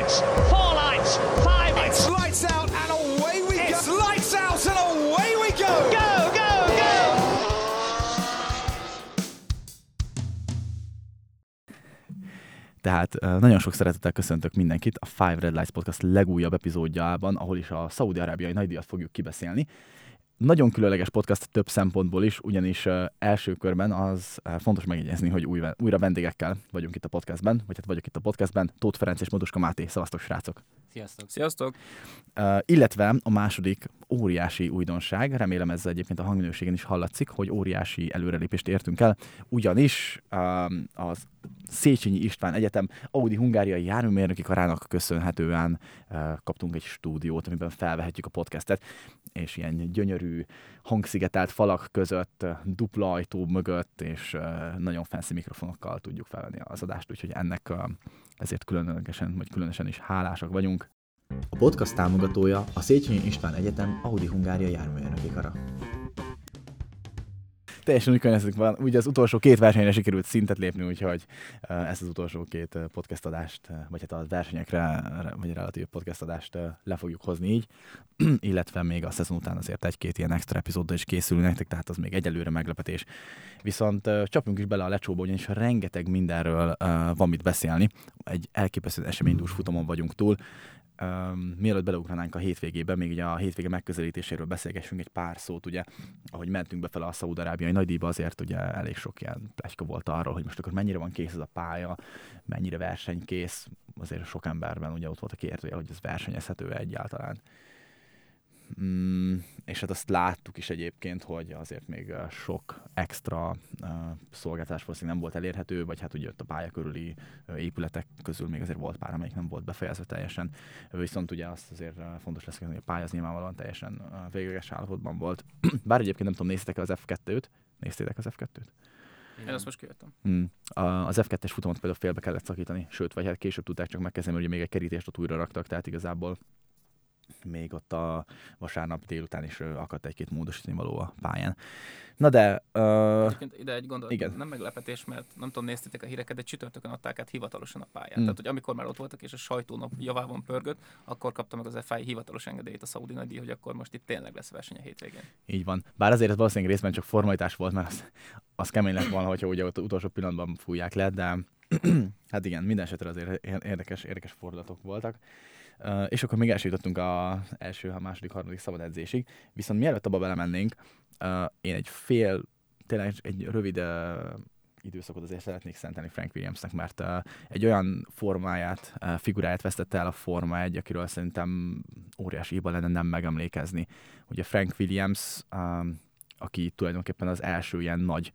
lights, 4 lights, 5 lights. It's lights out and away we go. It's lights out and away we go. Go, go, go! Tehát nagyon sok szeretettel köszöntök mindenkit a Five Red Lights Podcast legújabb epizódjában, ahol is a szaúdi-arábiai nagydíjat fogjuk kibeszélni. Nagyon különleges podcast több szempontból is, ugyanis első körben az fontos megjegyezni, hogy újra vendégekkel vagyunk itt a podcastben, vagy hát vagyok itt a podcastben, Tóth Ferenc és Moduska Máté. Szevasztok, srácok! Sziasztok! Sziasztok! Illetve a második óriási újdonság, remélem ez egyébként a hangminőségen is hallatszik, hogy óriási előrelépést értünk el, ugyanis az Széchenyi István Egyetem Audi hungáriai járműmérnöki karának köszönhetően kaptunk egy stúdiót, amiben felvehetjük a podcastet, és ilyen gyönyörű hangszigetelt falak között, dupla ajtó mögött, és nagyon fancy mikrofonokkal tudjuk felvenni az adást, úgyhogy ennek ezért különösen is hálásak vagyunk. A podcast támogatója a Széchenyi István Egyetem Audi hungáriai járműmérnöki kara. Teljesen úgy környezetünk van, ugye az utolsó 2 versenyre sikerült szintet lépni, úgyhogy ezt az utolsó 2 podcast adást, vagy hát a versenyekre, vagy relatív podcast adást le fogjuk hozni így, illetve még a szezon után azért 1-2 ilyen extra epizóddal is készül nektek, tehát az még egyelőre meglepetés. Viszont csapjunk is bele a lecsóba, ugyanis rengeteg mindenről van mit beszélni. Egy elképesztő eseménydús futamon vagyunk túl. Mielőtt beleugranánk a hétvégébe, még ugye a hétvége megközelítéséről beszélgessünk egy pár szót, ugye, ahogy mentünk befele a szaúd-arábiai nagydíjba, azért ugye elég sok ilyen pletyka volt arról, hogy most akkor mennyire van kész ez a pálya, mennyire versenykész, azért sok emberben ugye ott volt a kérdője, hogy ez versenyezhető egyáltalán. És hát azt láttuk is egyébként, hogy azért még sok extra szolgáltatás valószínűleg nem volt elérhető, vagy hát ugye ott a pálya körüli épületek közül még azért volt pár, amelyik nem volt befejezve teljesen. Viszont ugye azt azért fontos lesz, hogy a pálya az nyilvánvalóan teljesen végleges állapotban volt. Bár egyébként nem tudom, néztétek az F2-t? Néztétek az F2-t? Én azt most kijöttem. Az F2-es futamot például félbe kellett szakítani, sőt, vagy hát később tudták csak megkezdeni, mert ugye még egy kerítést ott újra raktak, tehát igazából még ott a vasárnap délután is akadt egy-két módosítani való a pályán. Na de... Ide egy gondolat, igen. Nem meglepetés, mert nem tudom, néztétek a híreket, de csütörtökön adták át hivatalosan a pályán. Tehát, hogy amikor már ott voltak és a sajtónap javában pörgött, akkor kapta meg az FIA hivatalos engedélyt a szaudi nagydíj, hogy akkor most itt tényleg lesz verseny a hétvégén. Így van. Bár azért ez valószínűleg részben csak formalitás volt, mert az kemény lett volna, hogyha ugye ott utolsó pillanatban fújják le, de hát igen, minden esetre azért érdekes fordulatok voltak. És akkor még eljutottunk az első, második, harmadik szabad edzésig. Viszont mielőtt abba belemennénk, én tényleg egy rövid időszakot azért szeretnék szentelni Frank Williamsnek, mert egy olyan figuráját vesztette el a Forma 1, akiről szerintem óriási hiba lenne nem megemlékezni. Ugye Frank Williams, aki tulajdonképpen az első ilyen nagy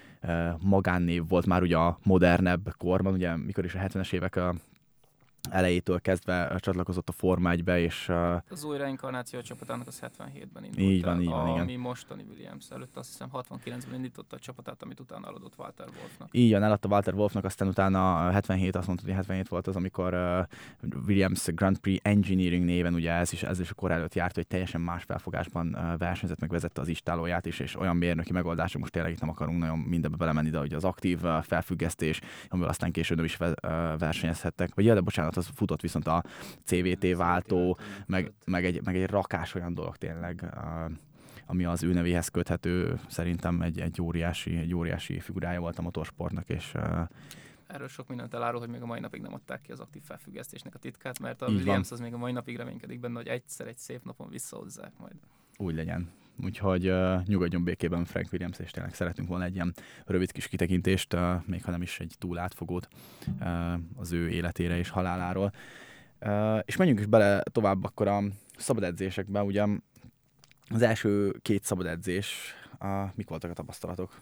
magánnév volt már ugye a modernebb korban, ugye mikor is a 70-es évek elejétől kezdve csatlakozott a Forma 1-be, és... Az új reinkarnáció a csapatának az 77-ben indult így van, igen. Ami mostani Williams előtt, azt hiszem 69-ben indította a csapatát, amit utána eladott Walter Wolfnak. Így van, eladta Walter Wolfnak, aztán utána 77, azt mondta, hogy 77 volt az, amikor Williams Grand Prix Engineering néven, ugye ez is a kor előtt járt, hogy teljesen más felfogásban versenyzett, meg vezette az istálóját is, és olyan mérnöki megoldások, most tényleg itt nem akarunk nagyon mindenbe belemenni, de hogy az aktív felfüggesztés, amivel aztán később is versenyezhettek, vagy bocsánat, az futott viszont a CVT váltó, meg egy rakás olyan dolog tényleg, ami az ő nevéhez köthető, szerintem egy óriási figurája volt a motorsportnak, és erről sok mindent elárul, hogy még a mai napig nem adták ki az aktív felfüggesztésnek a titkát, mert a Williams az még a mai napig reménykedik benne, hogy egyszer egy szép napon visszahozzák majd. Úgy legyen. Úgyhogy nyugodjon békében Frank Williams, és tényleg szeretünk volna egy ilyen rövid kis kitekintést, még ha nem is egy túl átfogót az ő életére és haláláról. És menjünk is bele tovább akkor a szabad edzésekbe. Ugye az első 2 szabad edzés, mik voltak a tapasztalatok?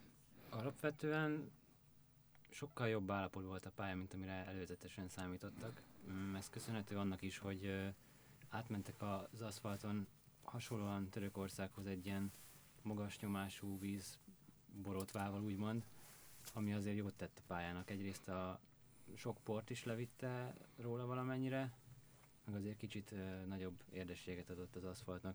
Alapvetően sokkal jobb állapot volt a pálya, mint amire előzetesen számítottak. Ez köszönhető annak is, hogy átmentek az aszfalton hasonlóan Törökországhoz egy ilyen magas nyomású víz borotvával úgymond, ami azért jót tett a pályának. Egyrészt a sok port is levitte róla valamennyire, meg azért kicsit nagyobb érdességet adott az aszfaltnak.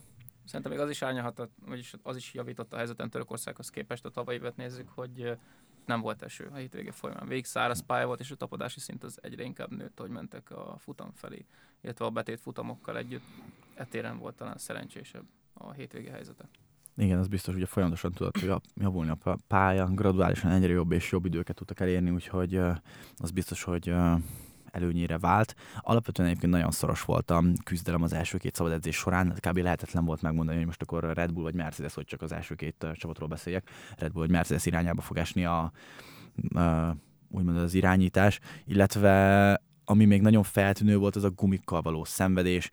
Szerintem még az is árnyalhatott, vagyis az is javított a helyzeten Törökországhoz képest, a tavalyi évet nézzük, hogy nem volt eső a hétvége folyamán. Végig száraz pálya volt, és a tapadási szint az egyre inkább nőtt, hogy mentek a futam felé, illetve a betét futamokkal együtt. Etéren volt talán szerencsésebb a hétvége helyzete. Igen, az biztos, hogy folyamatosan tudott javulni a pálya, graduálisan egyre jobb és jobb időket tudtak elérni, úgyhogy az biztos, hogy előnyére vált. Alapvetően egyébként nagyon szoros volt a küzdelem az első két szabad edzés során, kb. Lehetetlen volt megmondani, hogy most akkor Red Bull vagy Mercedes, hogy csak az első két csapatról beszéljek, Red Bull vagy Mercedes irányába fog esni úgymond az irányítás, illetve ami még nagyon feltűnő volt, az a gumikkal való szenvedés,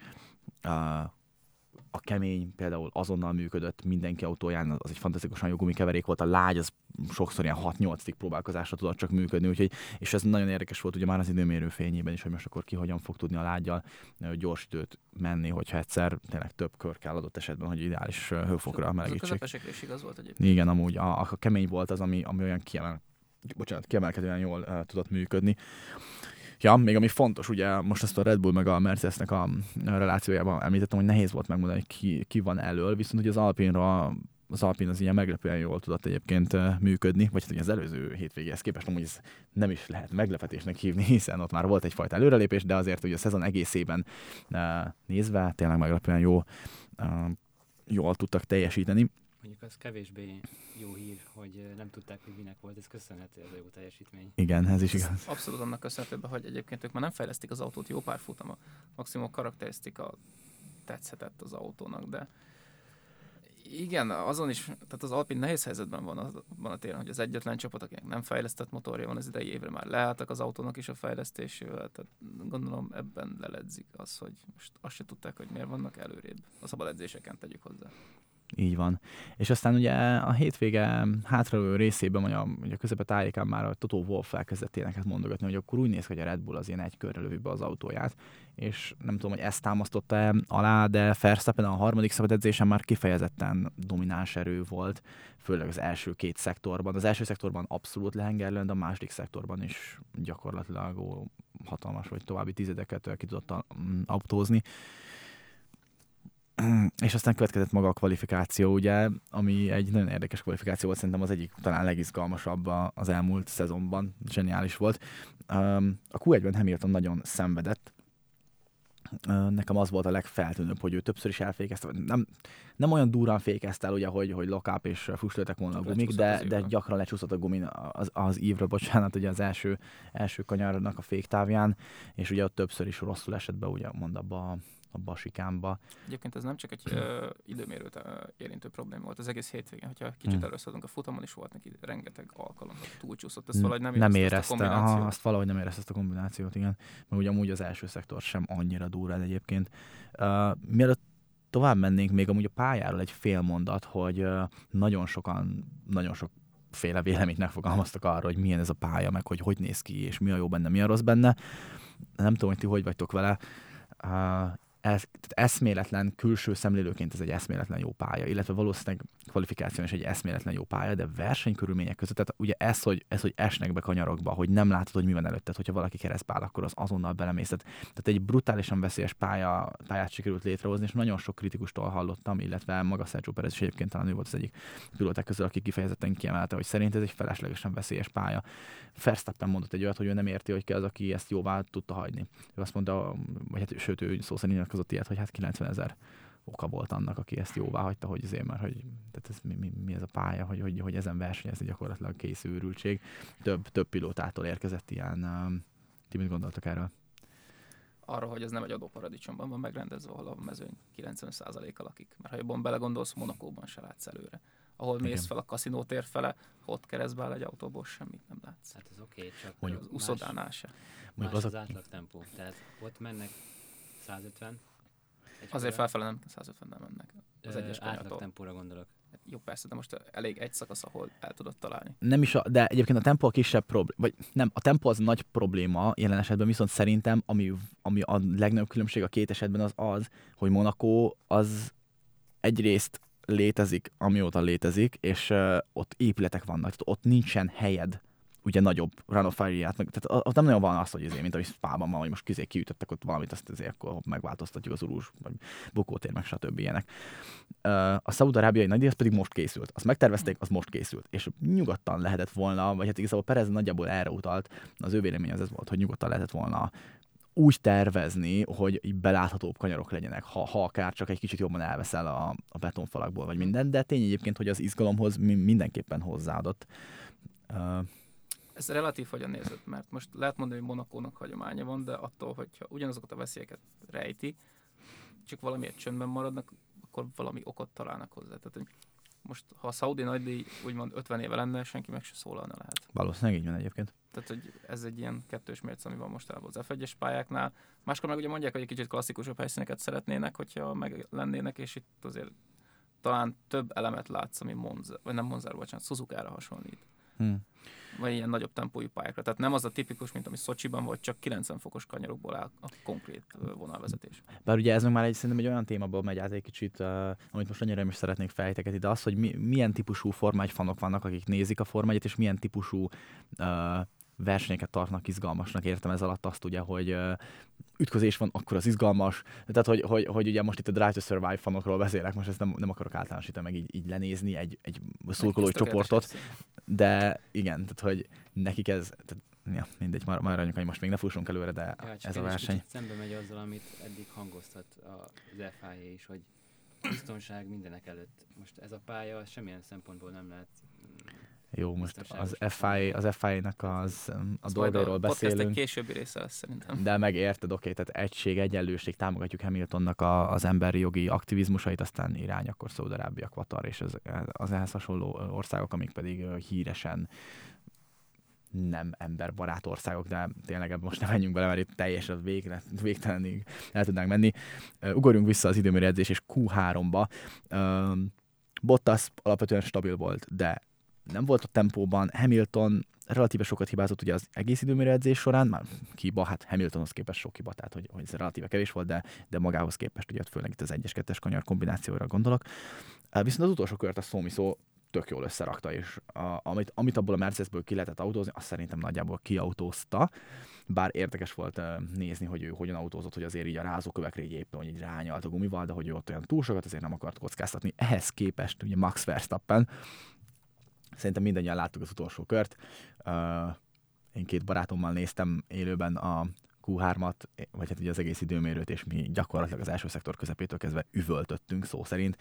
a kemény például azonnal működött mindenki autóján, az egy fantasztikusan jó gumikeverék volt, a lágy az sokszor ilyen 6-8 próbálkozásra tudott csak működni, úgyhogy, és ez nagyon érdekes volt ugye már az időmérő fényében is, hogy most akkor ki hogyan fog tudni a lággyal gyors időt menni, hogyha egyszer tényleg több kör kell adott esetben, hogy ideális hőfokra melegítsék. Az a közepesekre is igaz volt egyébként. Igen, amúgy a kemény volt az, ami olyan kiemelkedően jól tudott működni. Ja, még ami fontos, ugye most ezt a Red Bull meg a Mercedesnek a relációjában említettem, hogy nehéz volt megmondani, ki van elől, viszont hogy az Alpine az ilyen meglepően jól tudott egyébként működni, vagy hogy az előző hétvégéhez képest amúgy ez nem is lehet meglepetésnek hívni, hiszen ott már volt egyfajta előrelépés, de azért ugye a szezon egészében nézve tényleg meglepően jól tudtak teljesíteni. Mondjuk az kevésbé jó hír, hogy nem tudták, hogy minek volt, ez köszönhető az a jó teljesítmény. Igen, ez is igaz. Abszolút annak köszönhető, hogy egyébként ők már nem fejlesztik az autót jó pár futama. Maximum karakterisztika tetszhetett az autónak, de igen, azon is, tehát az Alpine nehéz helyzetben van a téren, hogy az egyetlen csapat, akinek nem fejlesztett motorja van az idei évre, már leálltak az autónak is a fejlesztésével, tehát gondolom ebben leledzik az, hogy most azt se tudták, hogy miért vannak előrébb. A szabad edzéseken tegyük hozzá. Így van. És aztán ugye a hétvége hátralévő részében, vagy a közepe tájékán már a Toto Wolff elkezdett ilyeneket mondogatni, hogy akkor úgy néz ki, hogy a Red Bull az ilyen egy körre lövi be az autóját, és nem tudom, hogy ezt támasztotta alá, de Verstappen a harmadik szabad edzésen már kifejezetten domináns erő volt, főleg az első két szektorban. Az első szektorban abszolút lehengerlően, de a második szektorban is gyakorlatilag hatalmas, vagy további tizedeket ki tudott autózni. És aztán következett maga a kvalifikáció, ugye, ami egy nagyon érdekes kvalifikáció volt, szerintem az egyik talán legizgalmasabb az elmúlt szezonban, zseniális volt. A Q1-ben Hamilton nagyon szenvedett. Nekem az volt a legfeltűnőbb, hogy ő többször is elfékezte, nem olyan durrán fékezte el, ugye, hogy lock-up és füstöltek volna a gumik, de gyakran lecsúszott a gumin az ívra, bocsánat, ugye az első kanyarnak a féktávján, és ugye ott többször is rosszul esett be, ugye mond abba a sikámba. Egyébként ez nem csak egy időmérőt érintő probléma volt az egész hétvégén, hogyha kicsit előszadunk a futamon is volt neki rengeteg alkalom, hogy túlcsúszott, ezt valahogy nem érezte a kombinációt. Azt valahogy nem érezte ezt a kombinációt, igen. Mert ugye amúgy az első szektor sem annyira durrán egyébként. Mielőtt tovább mennénk, még amúgy a pályáról egy fél mondat, hogy nagyon sokféle véleményt megfogalmaztak arra, hogy milyen ez a pálya, meg hogy néz ki, és mi a jó benne, mi a rossz benne. Nem tudom, hogy ti hogy vagytok vele. Eszméletlen, külső szemlélőként ez egy eszméletlen jó pálya, illetve valószínűleg kvalifikáción is egy eszméletlen jó pálya, de versenykörülmények között, tehát ugye ez, hogy esnek be kanyarokba, hogy nem látod, hogy mi van előtted, hogyha valaki keresztbe áll, akkor az azonnal belemész. Tehát egy brutálisan veszélyes pályát sikerült létrehozni, és nagyon sok kritikustól hallottam, illetve maga Sergio Perez is egyébként talán ő volt az egyik pilóták közül, aki kifejezetten kiemelte, hogy szerint ez egy feleslegesen veszélyes pálya. Verstappen mondott egy olyat, hogy ő nem érti, hogy ki az, aki ezt jóvá tudta hagyni. Ő azt mondta, vagy hát, sőt, ő szó szerint nyilatkozott ilyet, hogy hát 90 000 oka volt annak, aki ezt jóvá hagyta, hogy azért már, hogy tehát ez mi ez a pálya, hogy ezen versenyezni gyakorlatilag kész őrültség. Több pilótától érkezett ilyen. Ti mit gondoltak erről? Arra, hogy ez nem egy adóparadicsomban van megrendezve, ahol a mezőny 90%-a lakik. Mert ha jobban belegondolsz, Monakóban se látsz előre. Ahol mész fel a kaszinótér fele, ott keresztbe áll egy autóból, semmit nem látsz. Hát ez oké, csak mondjuk az uszodánál se. Más az átlag tempó. Tehát ott mennek 150. Azért felfele nem 150 nem mennek. Az egyes átlag tempóra gondolok. Jó, persze, de most elég egy szakasz, ahol el tudod találni. Nem is, de egyébként a tempó a kisebb probléma, vagy nem, a tempó az nagy probléma jelen esetben, viszont szerintem, ami a legnagyobb különbség a két esetben az, hogy Monaco az egyrészt létezik, amióta létezik, és ott épületek vannak, ott nincsen helyed ugye nagyobb run of fire-ját, tehát ott nem nagyon van az, hogy mint ami Spában van, hogy most kiütöttek ott valamit, azt azért akkor megváltoztatjuk az urús, vagy bukótér, meg stb. Ilyenek. A szaúd-arábiai nagydíj az pedig most készült. Azt megtervezték, az most készült. És nyugodtan lehetett volna, vagy hát igazából Perez nagyjából erre utalt, az ő vélemény az ez volt, hogy nyugodtan lehetett volna úgy tervezni, hogy így beláthatóbb kanyarok legyenek, ha akár csak egy kicsit jobban elveszel a betonfalakból, vagy minden, de tény egyébként, hogy az izgalomhoz mindenképpen hozzáadott. Ez relatív hogyan nézett, mert most lehet mondani, hogy Monacónak hagyománya van, de attól, hogyha ugyanazokat a veszélyeket rejti, csak valamiért csöndben maradnak, akkor valami okot találnak hozzá. Tehát, hogy most, ha a szaudi nagydíj úgymond 50 éve lenne, senki meg se szólalna lehet. Valószínűleg így van egyébként. Tehát, hogy ez egy ilyen kettős mérce, ami van mostanában az F1-es pályáknál. Máskor meg ugye mondják, hogy egy kicsit klasszikusabb helyszíneket szeretnének, hogyha meg lennének, és itt azért talán több elemet látsz, ami Monza, vagy nem Monzára, bocsánat, Suzukára hasonlít. Vagy ilyen nagyobb tempójú pályákra. Tehát nem az a tipikus, mint ami Szocsiban volt, csak 90 fokos kanyarokból áll a konkrét vonalvezetés. Bár ugye ez meg már szerintem egy olyan témából megy át egy kicsit, amit most annyira is szeretnék fejtegetni, de az, hogy milyen típusú Forma 1 fanok vannak, akik nézik a Forma 1-et, és milyen típusú versenyeket tartnak izgalmasnak, értem ez alatt azt ugye, hogy ütközés van, akkor az izgalmas. Tehát, hogy ugye most itt a Drive to Survive fanokról beszélek, most ezt nem akarok általánosítani, meg így lenézni egy szurkolói csoportot, de igen, tehát, hogy nekik ez, tehát, ja, mindegy, már anyukai, most még ne fussunk előre, de ja, ez a verseny. Szembe megy azzal, amit eddig hangoztat az FIA is, hogy biztonság mindenek előtt. Most ez a pálya semmilyen szempontból nem lehet. Jó, most az FIA-nak a dolgairól beszélünk. Podcast egy későbbi része lesz szerintem. De megérted, oké, tehát egység, egyenlőség, támogatjuk Hamiltonnak az emberi jogi aktivizmusait, aztán irány akkor Szaúd-Arábia, Katar és az ehhez hasonló országok, amik pedig híresen nem emberbarát országok, de tényleg ebben most nem menjünk bele, mert itt teljesen végtelenig el tudnánk menni. Ugorjunk vissza az időmérő edzés és Q3-ba. Bottas alapvetően stabil volt, de nem volt a tempóban. Hamilton relatíve sokat hibázott ugye az egész időmérő edzés során, már hiba, hát Hamiltonhoz képest sok hiba, tehát hogy ez relatíve kevés volt, de magához képest ugye főleg itt az 1-2-es kanyar kombinációra gondolok. Viszont az utolsó kört a Szomiszó tök jól összerakta, és amit abból a Mercedesből ki lehetett autózni, azt szerintem nagyjából kiautózta. Bár érdekes volt nézni, hogy ő hogyan autózott, hogy azért így a rázókövekre így éppen, hogy így rányalt a gumival, de hogy ő ott olyan túl sokat azért nem akart kockáztatni. Ehhez képest ugye Max Verstappen, szerintem mindannyian láttuk az utolsó kört. Én 2 barátommal néztem élőben a Q3-at, vagy hát ugye az egész időmérőt, és mi gyakorlatilag az első szektor közepétől kezdve üvöltöttünk szó szerint.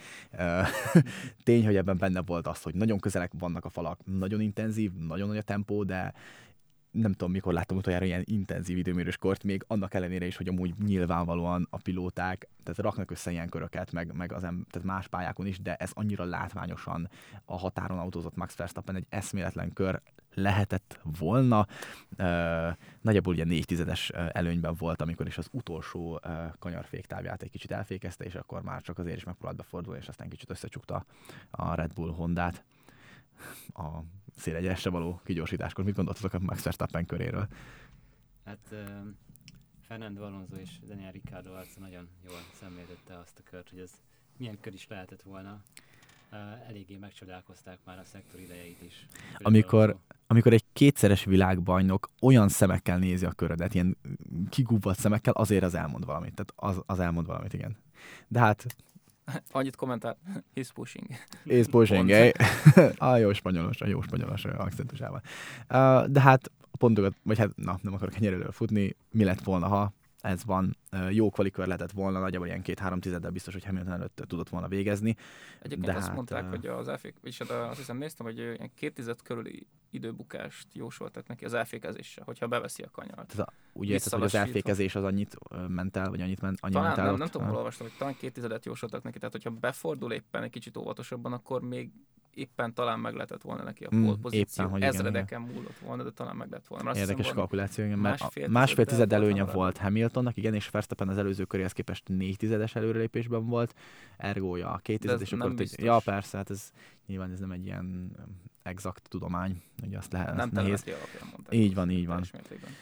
Tény, hogy ebben benne volt az, hogy nagyon közelek vannak a falak, nagyon intenzív, nagyon nagy a tempó, de nem tudom, mikor láttam utoljára ilyen intenzív időmérős kort, még annak ellenére is, hogy amúgy nyilvánvalóan a pilóták, tehát raknak össze ilyen köröket, meg tehát más pályákon is, de ez annyira látványosan a határon autózott Max Verstappen, egy eszméletlen kör lehetett volna. Nagyjából ugye 4/10 előnyben volt, amikor is az utolsó kanyarféktávját egy kicsit elfékezte, és akkor már csak azért is megpróbált befordulni, és aztán kicsit összecsukta a Red Bull Hondát a szélegyenesre való kigyorsításkor. Mit gondoltatok a Max Verstappen köréről? Hát Fernando Alonso és Daniel Ricciardo arca nagyon jól szemléltette azt a kört, hogy ez milyen kör is lehetett volna. Eléggé megcsodálkozták már a szektor idejeit is. Amikor egy 2-szeres világbajnok olyan szemekkel nézi a körödet, ilyen kigúvat szemekkel, azért az elmond valamit. Tehát az elmond valamit, igen. De hát annyit kommentál, he's pushing. He's pushing, a jó spanyolos akcentusával. De hát a pontokat, vagy hát nem akarok ennyire futni, mi lett volna, ha ez van, jó kvalikör lehetett volna, nagyjából ilyen 2-3 biztos, hogy Hamilton előtt tudott volna végezni. Egyébként azt mondták, hogy az elfék, és azt hiszem néztem, hogy ilyen 2 körüli időbukást jósoltak neki az elfékezésre, hogyha beveszi a kanyart. Úgy érted, hogy az elfékezés az annyit ment el, vagy annyit ment el? Nem tudom, hol olvastam, hogy talán 2 jósoltak neki, tehát hogyha befordul éppen egy kicsit óvatosabban, akkor még éppen talán meg lehetett volna neki a pole pozíció. Ezredeken múlott volna, de talán meg lett volna. Érdekes kalkuláció, igen, mert másfél tized előnye volt Hamiltonnak, igen, és Verstappen az előző köréhez képest 4/10 előrelépésben volt, ergója a 2/10, és akkor ja persze, hát ez nyilván ez nem egy ilyen exakt tudomány, hogy azt lehet, nem nehéz. alapján mondták. Így van.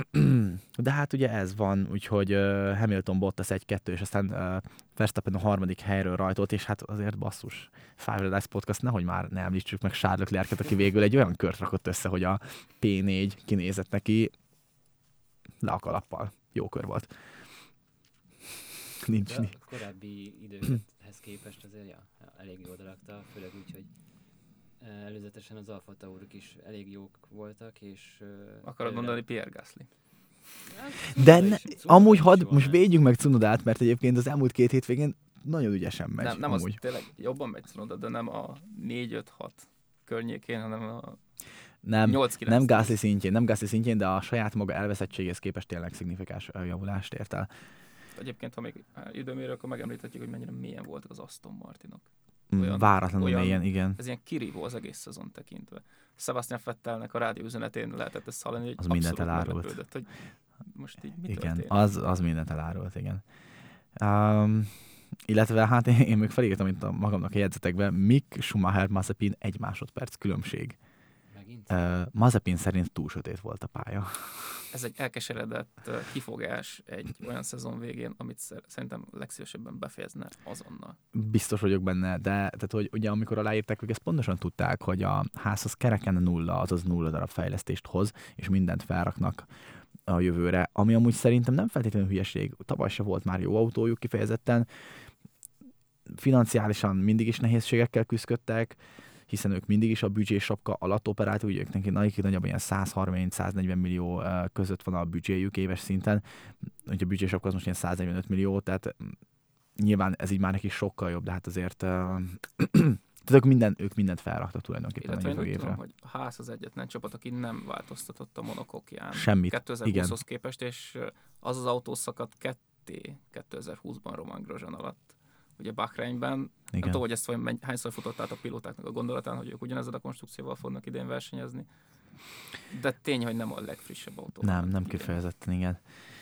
De hát ugye ez van, úgyhogy Hamilton Bottas 1-2, és aztán Verstappen a harmadik helyről rajtolt, és hát azért basszus, Five Red Eyes Podcast, nehogy már ne említsük meg Charles Leclerc-et, aki végül egy olyan kört rakott össze, hogy a P4 kinézett neki le a kalappal. Jó kör volt. Nincs. De a korábbi időkhez képest azért elég jól odarakta, főleg úgy, hogy előzetesen az Alfa Taurok is elég jók voltak, és... Akarod mondani Pierre Gasly? De amúgy most védjünk meg Cunodát, mert egyébként az elmúlt 2 hétvégén nagyon ügyesen megy. Nem az tényleg jobban megy Cunoda, de nem a 4-5-6 környékén, hanem a nem 8-9. Nem Gasly szintjén, de a saját maga elveszettséghez képest tényleg szignifikáns javulást ért el. Egyébként, ha még időmérő, akkor megemlíthetjük, hogy mennyire mélyen voltak az Aston Martinok. Váratlanul mélyen, igen. Ez ilyen kirívó az egész szezon tekintve. Sebastian Vettelnek a rádióüzenetén lehetett ezt hallani, hogy az mindent elárult. meglepődött, hogy most így mit igen, történt. az mindent elárult, igen. Illetve hát én még felírtam itt a magamnak a jegyzetekben, Mick Schumacher Mazepin 1 másodperc különbség. Mazepin szerint túl sötét volt a pálya. Ez egy elkeseredett kifogás egy olyan szezon végén, amit szerintem legszívesebben befejezne azonnal. Biztos vagyok benne, de tehát, hogy ugye amikor aláírták, ők ezt pontosan tudták, hogy a házhoz kereken 0, azaz 0 darab fejlesztést hoz, és mindent felraknak a jövőre, ami amúgy szerintem nem feltétlenül hülyeség. Tavaly se volt már jó autójuk kifejezetten, financiálisan mindig is nehézségekkel küzdöttek, hiszen ők mindig is a büdzsés sapka alatt operáltak, ugye ők neki nagyobb ilyen 130-140 millió között van a büdzséjük éves szinten, ugye a büdzsés sapka az most ilyen 145 millió, tehát nyilván ez így már neki sokkal jobb, de hát azért tehát ők mindent felraktak tulajdonképpen a jövő évre. Tudom, hogy a ház az egyetlen csapat, aki nem változtatott a monokokján. Semmit. 2020-hoz képest, és az autó szakadt 2020-ban Romain Grosjean alatt. Ugye Bahreinben, nem tudom, hogy ezt hányszor futott át a pilótáknak a gondolatán, hogy ők ugyanezzel a konstrukcióval fognak idén versenyezni. De tény, hogy nem a legfrissebb autó. Nem kifejezetten, igen.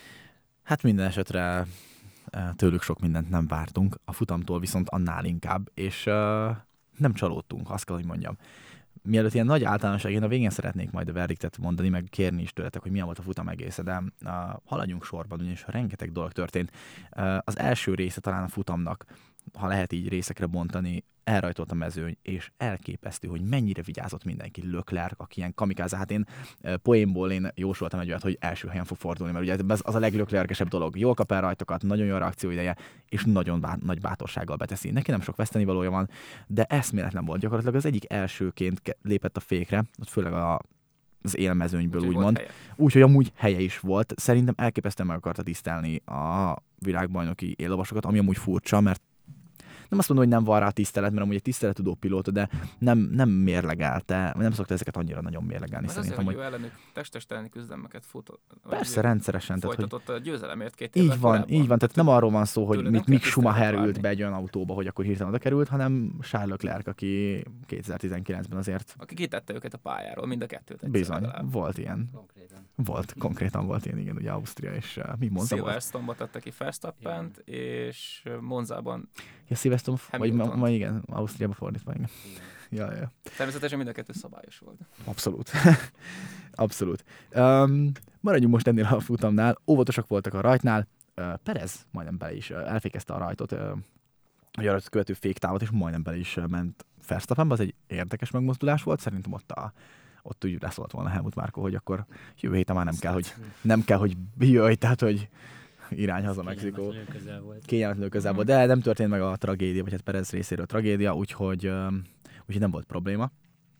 Hát minden esetre tőlük sok mindent nem vártunk, a futamtól viszont annál inkább, és nem csalódtunk, azt kell, hogy mondjam. Mielőtt ilyen nagy általánosság, én a végén szeretnék majd a verdiktet mondani, meg kérni is tőletek, hogy milyen volt a futam egésze, de haladjunk sorban, ugyanis rengeteg dolog történt. Az első része talán a futamnak, ha lehet így részekre bontani, elrajtolt a mezőny, és elképesztő, hogy mennyire vigyázott mindenki. Leclerc, aki ilyen kamikáze, hát én poénból jósoltam egy olyat, hogy első helyen fog fordulni, mert ugye ez az a leglöklerkesebb dolog. Jól kap el rajtokat, nagyon jó a reakcióideje, és nagyon nagy bátorsággal beteszi. Neki nem sok vesztenivalója van, de eszméletlen volt. Gyakorlatilag az egyik elsőként lépett a fékre, ott főleg az élmezőnyből úgymond. Úgyhogy amúgy helye is volt. Szerintem elképesztően meg akarta tisztelni a világbajnoki éllovasokat, ami amúgy furcsa, mert nem azt mondom, hogy nem van rá tisztelet, mert amúgy egy tisztelettudó pilóta, de nem mérlegelte, nem szokta ezeket annyira nagyon mérlegelni. Az szerintem, azért, hogy ő ellenük testesteleni küzdelmeket futott. Persze, rendszeresen. Folytatott a győzelemért 2 évvel évvel korábban. Így van, tehát nem arról van szó, hogy Mick Schumacher várni. ült be egy olyan autóba, hogy akkor hirtelen oda került, hanem Charles Leclerc, aki 2019-ben azért... Aki kitette őket a pályáról, mind a kettőt egyszer Bizony, legalább. volt ilyen. Konkrétan volt ilyen, igen, ugye Ausztria és mi Monza volt. Silverstone-ba tette ki Verstappent, és Monzában Ja, Silverstone, vagy Hamiltont. ma igen, Ausztriába fordítva, igen. Ja. Természetesen mind a kettő szabályos volt. Abszolút. Abszolút. Maradjunk most ennél a futamnál. Óvatosak voltak a rajtnál. Perez majdnem bele is elfékezte a rajtot, a rajtot követő féktávot, és majdnem bele is ment Verstappenbe. Az egy érdekes megmozdulás volt. Szerintem ott úgy leszólt volna Helmut Márko, hogy akkor jövő héten már nem kell, hogy jöjj, tehát hogy irány haza Mexikó. Kényelmetlenül közel volt, de nem történt meg a tragédia, vagy hát Perez részéről tragédia, úgyhogy nem volt probléma.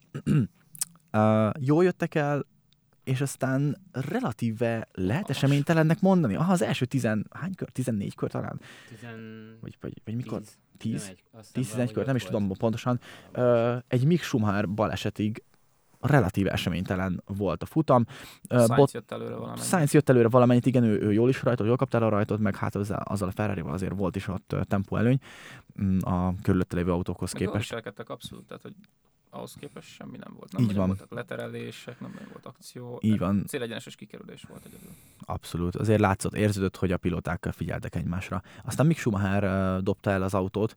Jól jöttek el, és aztán relatíve lehet eseménytelennek mondani. Az első 14 kör talán? Vagy mikor? 10-11 kör, nem is tudom pontosan. Egy Mick Schumacher balesetig relatíve eseménytelen volt a futam. Sainz jött előre valamennyit, igen, ő jól is rajta, jól kapta el a rajtot, meg hát azzal a Ferrarival azért volt is ott tempóelőny a körülötte lévő autókhoz képest. Jól viselkedtek abszolút, tehát hogy ahhoz képest semmi nem volt. Nem nagyon voltak leterelések, nem nagyon volt akció. Így van. Célegyeneses kikerülés volt egyedül. Abszolút. Azért látszott, érződött, hogy a pilóták figyeltek egymásra. Aztán Mick Schumacher dobta el az autót,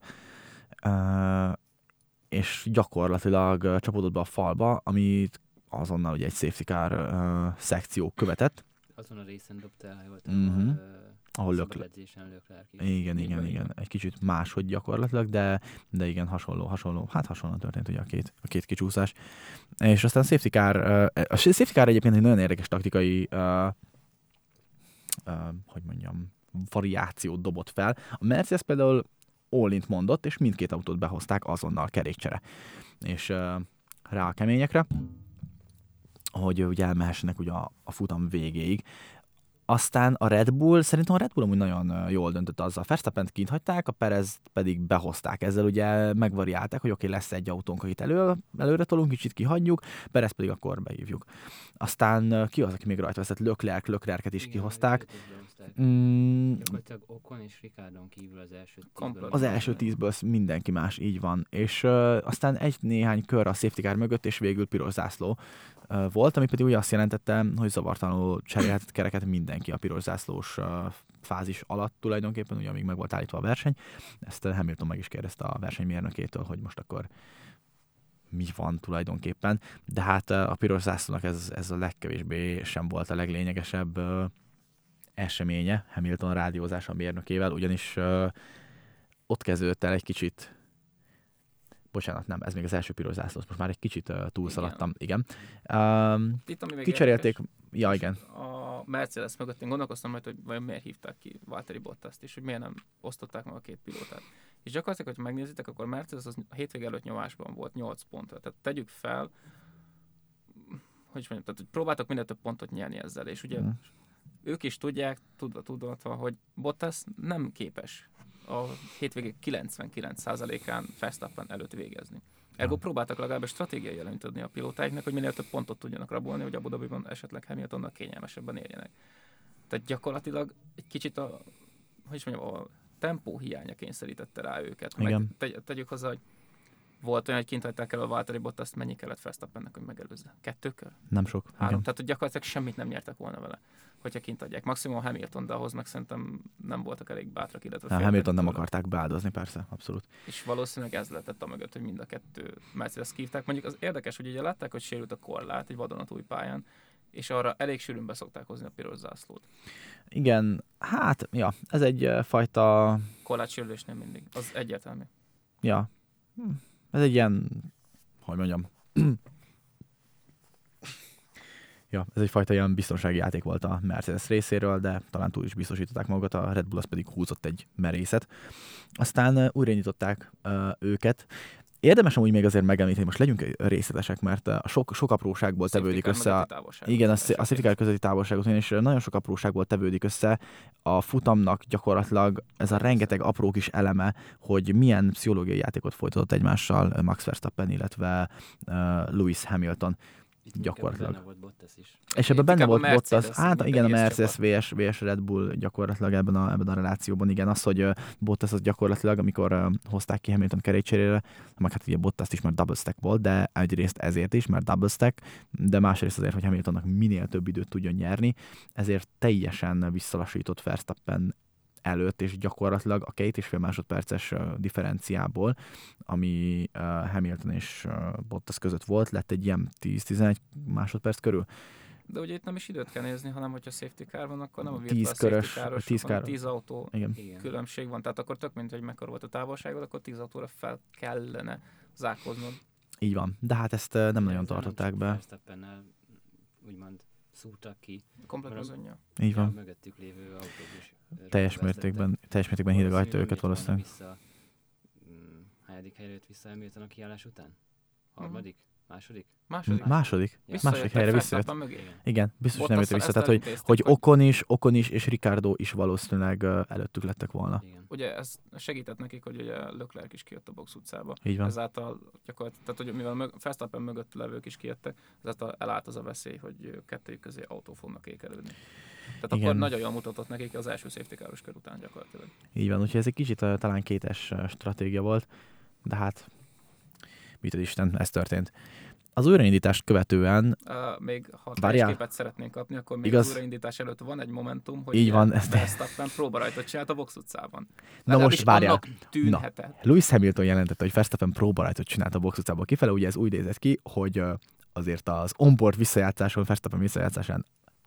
és gyakorlatilag csapódott be a falba, amit azonnal ugye egy safety car szekció követett. Azon a részen dobta el, ha jól Mhm. tudom, Ahol szabad edzésen Leclerc is. Igen. Egy kicsit máshogy gyakorlatilag, de igen, hasonlóan történt ugye a két kicsúszás. És aztán a safety car egyébként egy nagyon érdekes taktikai variációt dobott fel. A Mercedes például all-int mondott, és mindkét autót behozták azonnal kerékcsere. És rá a keményekre, hogy ugye elmehessenek ugye a futam végéig. Aztán a Red Bull amúgy nagyon jól döntött azzal. Verstappent kint hagyták, a Perez pedig behozták. Ezzel ugye megvariálták, hogy oké, lesz egy autónk, akit előre tolunk, kicsit kihagyjuk, Perez pedig akkor behívjuk. Aztán ki az, aki még rajta veszett? Leclerc-et is Igen, kihozták. őket is beoszták. Mm, Gyakorlatilag Ocon és Ricardon kívül az első 10-ből. Komplet. az első 10-ből mindenki más, így van. És aztán néhány kör a safety car mögött, és végül piros zászló volt, ami pedig ugye azt jelentette, hogy zavartalanul cserélhetett kereket mindenki a piros zászlós fázis alatt tulajdonképpen, ugye amíg meg volt állítva a verseny. Ezt Hamilton meg is kérdezte a versenymérnökétől, hogy most akkor mi van tulajdonképpen. De hát a piros zászlónak ez a legkevésbé sem volt a leglényegesebb eseménye Hamilton rádiózása mérnökével, ugyanis ott kezdődött el egy kicsit. Bocsánat, nem, ez még az első piros zászló, most már egy kicsit túlszaladtam, igen. Itt, ami még Kicserélték, érdekes, ja igen, a Mercedes mögött én gondolkoztam majd, hogy vajon miért hívták ki Valtteri Bottaszt is, hogy miért nem osztották meg a két pilótát. És gyakorlatilag, hogy megnézitek, akkor Mercedes az a hétvége előtt nyomásban volt 8 pontra. Tehát tegyük fel, hogy próbáltak minél több pontot nyerni ezzel, és ugye ők is tudják, tudva, hogy Bottas nem képes a hétvégé 99%-án Verstappen előtt végezni. Ergo próbáltak legalább stratégiai előnyt adni a pilótáiknak, hogy minél több pontot tudjanak rabolni, hogy Abu Dhabiban esetleg Hamiltonnak kényelmesebben érjenek. Tehát gyakorlatilag egy kicsit a tempó hiánya kényszerítette rá őket. Igen. Tegyük hozzá, hogy volt olyan, hogy kint hagyták el a Valtteri Bottaszt, mennyi kellett Verstappennek, hogy megelőzze? 2 kör? nem sok. 3. Igen. Tehát, hogy gyakorlatilag semmit nem nyertek volna vele, hogyha kint adják. Maximum Hamilton, de ahhoz meg szerintem nem voltak elég bátrak, illetve Hamilton nem tőle. akarták beáldozni, persze, abszolút. És valószínűleg ez lehetett a mögött, hogy mind a kettő Mercedes kívták. Mondjuk az érdekes, hogy ugye látták, hogy sérült a korlát egy vadonatúj pályán, és arra elég sűrűn beszokták hozni a piros zászlót. Igen, hát, ja, ez egy fajta, Korlátsérülésnél mindig. Az egyértelmű. ja, ez egy ilyen, hogy mondjam, ja, ez egyfajta ilyen biztonsági játék volt a Mercedes részéről, de talán túl is biztosították magukat, a Red Bull az pedig húzott egy merészet. Aztán újraindították őket. Érdemes amúgy még azért megemlíteni, most legyünk részletesek, mert a sok apróságból tevődik össze. Igen, a safety car közötti távolságot, és nagyon sok apróságból tevődik össze a futamnak gyakorlatilag ez a rengeteg apró kis eleme, hogy milyen pszichológiai játékot folytatott egymással Max Verstappen, illetve Lewis Hamilton. Itt Gyakorlatilag. benne volt Bottas is. És ebben benne inkább a volt Bottas, Mercedes, hát mint igen, a egész Mercedes VS Red Bull gyakorlatilag ebben a relációban, igen, az, hogy Bottas az gyakorlatilag, amikor hozták ki Hamilton kerékcserére, meg hát ugye Bottas is már double stack volt, de egyrészt ezért is, mert double stack, de másrészt azért, hogy Hamiltonnak minél több időt tudjon nyerni, ezért teljesen visszalassított Verstappen előtt, és gyakorlatilag a 2,5 másodperces differenciából, ami Hamilton és Bottas között volt, lett egy ilyen 10-11 másodperc körül. De ugye itt nem is időt kell nézni, hanem hogyha safety car van, akkor nem a 10 virtual körös, safety car-os, 10 hanem kár. 10 autó Igen. Igen. különbség van. Tehát akkor tök mint, hogy mekkora volt a távolságod, akkor 10 autóra fel kellene zárkóznod. Így van, de hát ezt nem nagyon Ezzel tartották csak be. Verstappennel úgymond szúrtak ki. Komplet Mert a- bizonnyal. Így A van. mögöttük lévő autók is. Teljes mértékben hidegajta őket valószínűleg. Hányadik helyre jött vissza Hamilton a kiállás után? Harmadik? Második? Második. Második helyre visszajött. Verstappen mögé. Igen. Igen, biztos nem jött Bottas-szal vissza. ezt Tehát, elintézték, hogy Ocon is és Ricardo is valószínűleg előttük lettek volna. Igen. Ugye ez segített nekik, hogy ugye Leclerc is kijött a box utcába. Így van. Ezáltal gyakorlatilag, tehát hogy mivel Verstappen mögött levők is kijöttek, ezáltal elállt az a veszély, hogy kettőjük közé autó fognak ékelődni. Tehát Igen. akkor nagyon jól mutatott nekik az első safety car-os kör után gyakorlatilag. Így van, úgyhogy ez egy kicsit talán kétes stratégia volt, de hát mit az Isten, ez történt. Az újraindítást követően, Még ha Várjál. képet szeretnénk kapni, akkor még Igaz. az újraindítás előtt van egy momentum, hogy Így van, ilyen ezt- Verstappen próbarajtot csinált a box utcában. na most Legalábbis várjál, annak tűnhetett. Lewis Hamilton jelentette, hogy Verstappen próbarajtot csinált a box utcából kifele, ugye ez úgy nézett ki, hogy azért az onboard visszajátszáson, Verstappen visszajátszásán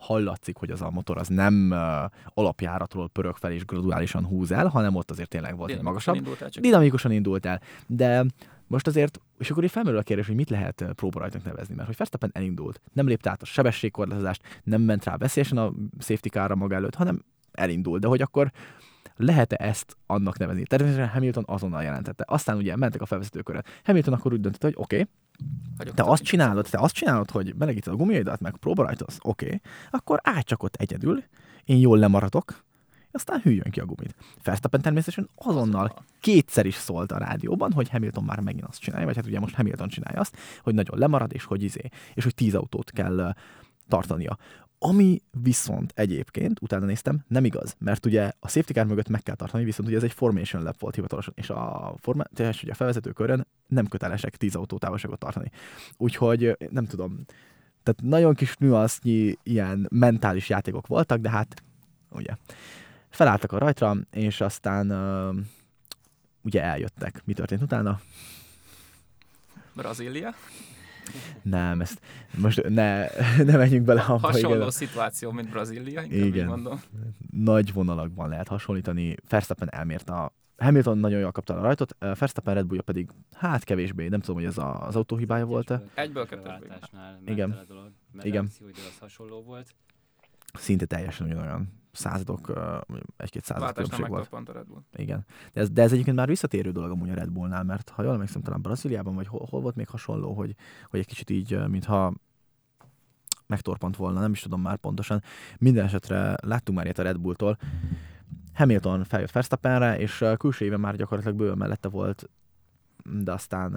hallatszik, hogy az a motor az nem alapjáratról pörög fel és graduálisan húz el, hanem ott azért tényleg volt egy magasabb. Dinamikusan indult el. De most azért, és akkor így felmerül a kérdés, hogy mit lehet próbarajtnak nevezni, mert hogy Verstappen elindult, nem lépte át a sebességkorlátozást, nem ment rá veszélyesen a safety carra maga előtt, hanem elindult. De hogy akkor lehet-e ezt annak nevezni? Természetesen Hamilton azonnal jelentette. Aztán ugye mentek a felvezetőkörön. Hamilton akkor úgy döntött, hogy oké, te azt csinálod, hogy melegíted a gumiaidat, meg próbarajtolsz, oké, akkor állj csak ott egyedül, én jól lemaradok, aztán hűljön ki a gumit. Verstappen természetesen azonnal kétszer is szólt a rádióban, hogy Hamilton már megint azt csinálja, vagy hát ugye most Hamilton csinálja azt, hogy nagyon lemarad, és hogy 10 autót kell tartania. Ami viszont egyébként, utána néztem, nem igaz, mert ugye a safety car mögött meg kell tartani, viszont ugye ez egy formation lap volt hivatalosan, és ugye a felvezető körön nem kötelesek 10 autótávolságot tartani. Úgyhogy nem tudom, tehát nagyon kis nüansznyi ilyen mentális játékok voltak, de hát ugye felálltak a rajtra, és aztán ugye eljöttek. Mi történt utána? Brazília? Nem, ezt most ne menjünk bele abba. Hasonló igen. szituáció, mint Brazília, inkább így mondom. Nagy vonalakban lehet hasonlítani. Verstappen elmérte Hamilton nagyon jól kapta a rajtot, Verstappen Red Bullja pedig hát kevésbé, nem tudom, hogy ez az autó hibája volt-e. Egyből kettősből. Igen. Igen. Az hasonló volt. Szinte teljesen ugyanolyan századok, egy-két század különbség volt. Pont a Red Bull. Igen. De ez egyébként már visszatérő dolog amúgy a Red Bullnál, mert ha jól emlékszem, talán Brazíliában, vagy hol volt még hasonló, hogy egy kicsit így, mintha megtorpant volna, nem is tudom már pontosan. Minden esetre láttunk már ilyet a Red Bulltól. Hamilton feljött Verstappenre, és külső éve már gyakorlatilag bőven mellette volt, de aztán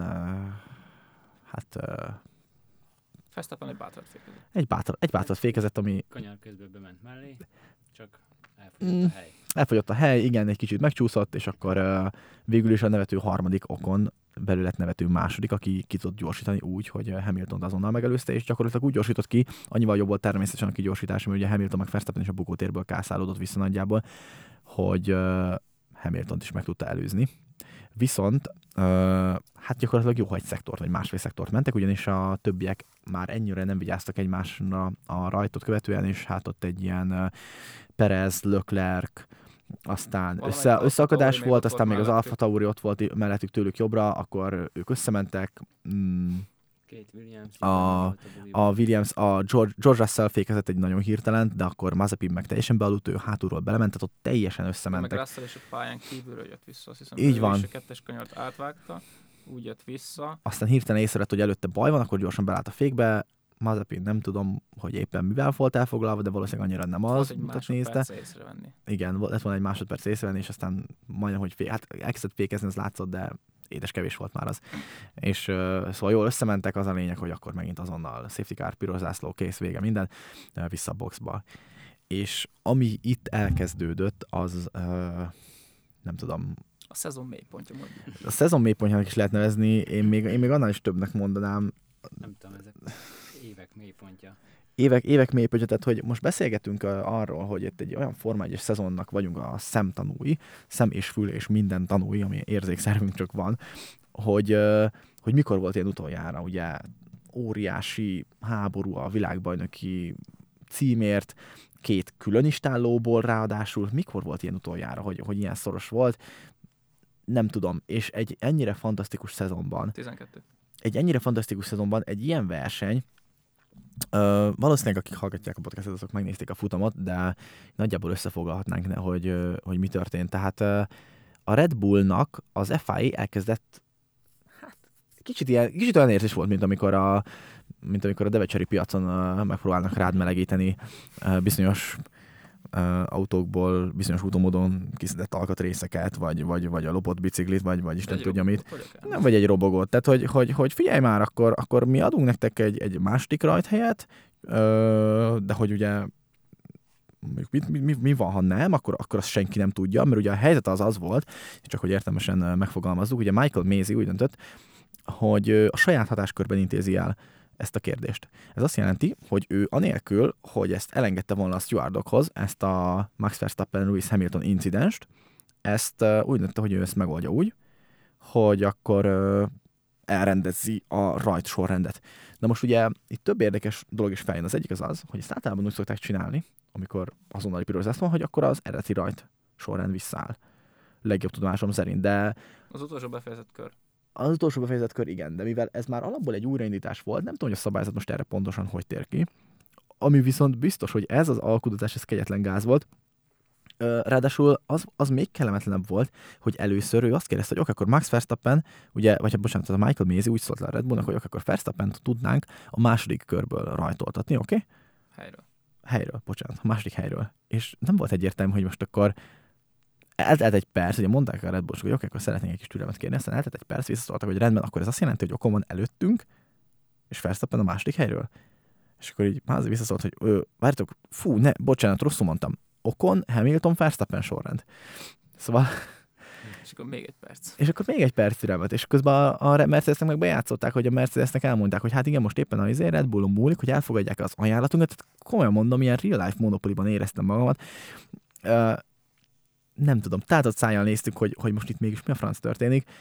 Verstappen egy bátrat fékezett. Egy bátrat fékezett, ami... Kanyar közben bement mellé, csak elfogyott a hely. Elfogyott a hely, igen, egy kicsit megcsúszott, és akkor végül is a nevető harmadik okon belül lett nevető második, aki ki tudott gyorsítani úgy, hogy Hamilton azonnal megelőzte, és gyakorlatilag úgy gyorsított ki, annyival jobb volt természetesen a kigyorsítás, mert ugye Hamilton meg Verstappen is a bukótérből kászálódott vissza nagyjából, hogy Hamiltont is meg tudta előzni. Viszont hát gyakorlatilag jó egy szektort, vagy másfél szektort mentek, ugyanis a többiek már ennyire nem vigyáztak egymásra a rajtot követően, és hát ott egy ilyen Perez, Leclerc, aztán összeakadás volt, aztán még az Alfa Tauri ott volt mellettük tőlük jobbra, akkor ők összementek. Két Williams. A Williams, a George Russell fékezett egy nagyon hirtelen, de akkor Mazepin meg teljesen bealudt, ő hátulról belement, tehát ott teljesen összementek. Meg Russell és a pályán kívülről jött vissza, azt hiszem. Így van. És a kettes kanyart átvágta, úgy jött vissza. Aztán hirtelen észrevett, hogy előtte baj van, akkor gyorsan belállt a fékbe. Mazepin nem tudom, hogy éppen mivel volt elfoglalva, de valószínűleg annyira nem az, mutat nézte. Észrevenni. Igen, lett volna egy másodperc észrevenni, és aztán majdnem, hogy elkezdett fékezni, az látszott, de édes kevés volt már az. És szóval jól összementek, az a lényeg, hogy akkor megint azonnal safety car, piros zászló, kész, vége, minden, vissza a boxba. És ami itt elkezdődött, az nem tudom. A szezon mélypontja mondjuk. A szezon mélypontjának is lehet nevezni, én még annál is többnek mondanám. Nem tudom, ezek évek mélypontja. Évek mélypontja, tehát hogy most beszélgetünk arról, hogy itt egy olyan Forma 1-es szezonnak vagyunk a szemtanúi, szem és fül és minden tanúi, ami érzékszervünk csak van, hogy mikor volt ilyen utoljára, ugye óriási háború a világbajnoki címért, 2 külön istállóból ráadásul, mikor volt ilyen utoljára, hogy ilyen szoros volt, nem tudom, és egy ennyire fantasztikus szezonban, 12. Egy ennyire fantasztikus szezonban egy ilyen verseny, valószínűleg akik hallgatják a podcastot, azok megnézték a futamot, de nagyjából összefoglalhatnánk, hogy mi történt. Tehát a Red Bullnak az FIA elkezdett, hát kicsit olyan érzés volt, mint amikor a devecseri piacon megpróbálnak rád melegíteni bizonyos autókból, bizonyos útomódon kiszedett alkatrészeket, vagy a lopott biciklit, vagy Isten tudja mit. Nem, vagy egy robogot. Tehát, hogy figyelj már, akkor mi adunk nektek egy második rajthelyet, de hogy ugye mi van, ha nem, akkor azt senki nem tudja, mert ugye a helyzet az volt, csak hogy értelmesen megfogalmazzuk, ugye Michael Masi úgy döntött, hogy a saját hatáskörben intézi el ezt a kérdést. Ez azt jelenti, hogy ő anélkül, hogy ezt elengedte volna a stewardokhoz, ezt a Max Verstappen-Lewis Hamilton incidenst, ezt úgy döntötte, hogy ő ezt megoldja úgy, hogy akkor elrendezi a rajt sorrendet. Na most ugye itt több érdekes dolog is feljön. Az egyik az, hogy ezt általában úgy szokták csinálni, amikor azonnali piros van, hogy akkor az eredeti rajt sorrend visszaáll. Legjobb tudomásom szerint, de Az utolsó befejezett kör. az utolsó befejezett kör igen, de mivel ez már alapból egy újraindítás volt, nem tudom, hogy a szabályzat most erre pontosan hogy tér ki. Ami viszont biztos, hogy ez az alkudozás, ez kegyetlen gáz volt. Ráadásul az még kellemetlenebb volt, hogy először ő azt kérdezte, hogy akkor Max Verstappen, ugye, vagy bocsánat, a Michael Masi úgy szólt le a Red Bullnak, hogy akkor Verstappent tudnánk a második körből rajtoltatni, oké? Helyről, bocsánat, a második helyről. És nem volt egyértelmű, hogy most akkor eltelt egy perc, ugye mondták a Red Bull, hogy oké, akkor szeretnénk egy kis türelmet kérni, aztán eltelt egy perc, visszaszóltak, hogy rendben, akkor ez azt jelenti, hogy Ocon van előttünk, és Verstappen a második helyről. És akkor így Masi visszaszólt, hogy várjátok, bocsánat, rosszul mondtam. Ocon, Hamilton, Verstappen sorrend. Szóval... És akkor még egy perc. És akkor még egy perc türelmet. És közben a Mercedesnek meg bejátszották, hogy a Mercedesnek elmondták, hogy hát igen, most éppen a Red Bullon múlik, hogy elfogadják az ajánlatunkat. Tehát komolyan mondom, ilyen real life monopoliban éreztem magamat. Nem tudom, tátott szájjal néztük, hogy most itt mégis mi a franc történik.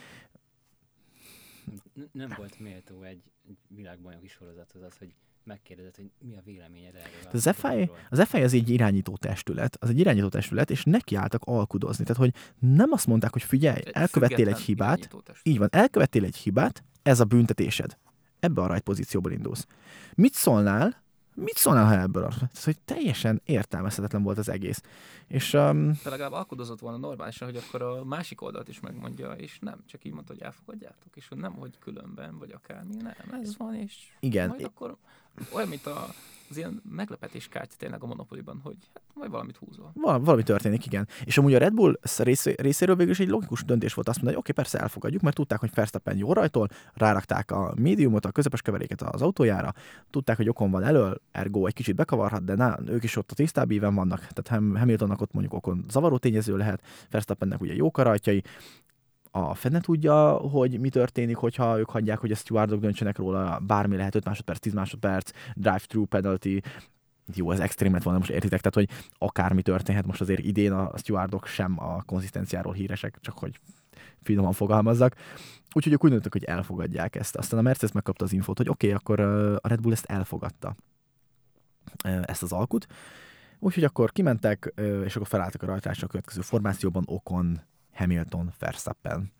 Nem volt méltó egy világbajnoki sorozathoz az, hogy megkérdezett, hogy mi a véleményed erről. Az FIA az egy irányító testület, és nekiálltak alkudozni. Tehát, hogy nem azt mondták, hogy figyelj, elkövettél egy hibát, így van, elkövettél egy hibát, ez a büntetésed. Ebbe a rajtpozícióból indulsz. Mit szólnál, ha ebből az, hogy teljesen értelmezhetetlen volt az egész. És, de legalább alkudozott volna normálisan, hogy akkor a másik oldalt is megmondja, és nem, csak így mondta, hogy elfogadjátok, és hogy nem, hogy különben, vagy akármi, nem, ez van, és igen. Majd akkor olyan, mint az ilyen meglepetés kártya tényleg a Monopoly-ban, hogy hát majd valamit húzol. Valami történik, igen. És amúgy a Red Bull részéről végül is egy logikus döntés volt azt mondani, hogy oké, persze elfogadjuk, mert tudták, hogy Verstappen jól rajtol, rárakták a médiumot, a közepes keveréket az autójára, tudták, hogy Ocon van elől, ergo egy kicsit bekavarhat, de ők is ott a tisztább íven vannak, tehát Hamiltonnak ott mondjuk Ocon zavaró tényező lehet, Verstappennek ugye jók a rajtjai, a fene tudja, hogy mi történik, hogyha ők hagyják, hogy a stewardok döntsenek róla, bármi lehet, 5 másodperc, 10 másodperc, drive-through penalty, jó, ez extrém lett volna, most értitek, tehát, hogy akármi történhet, most azért idén a stewardok sem a konzisztenciáról híresek, csak hogy finoman fogalmazzak. Úgyhogy ők úgy döntöttek, hogy elfogadják ezt. Aztán a Mercedes megkapta az infót, hogy oké, akkor a Red Bull ezt elfogadta, ezt az alkut. Úgyhogy akkor kimentek, és akkor felálltak a rajtrásra a következő formációban, Ocon, Hamilton, Verstappen.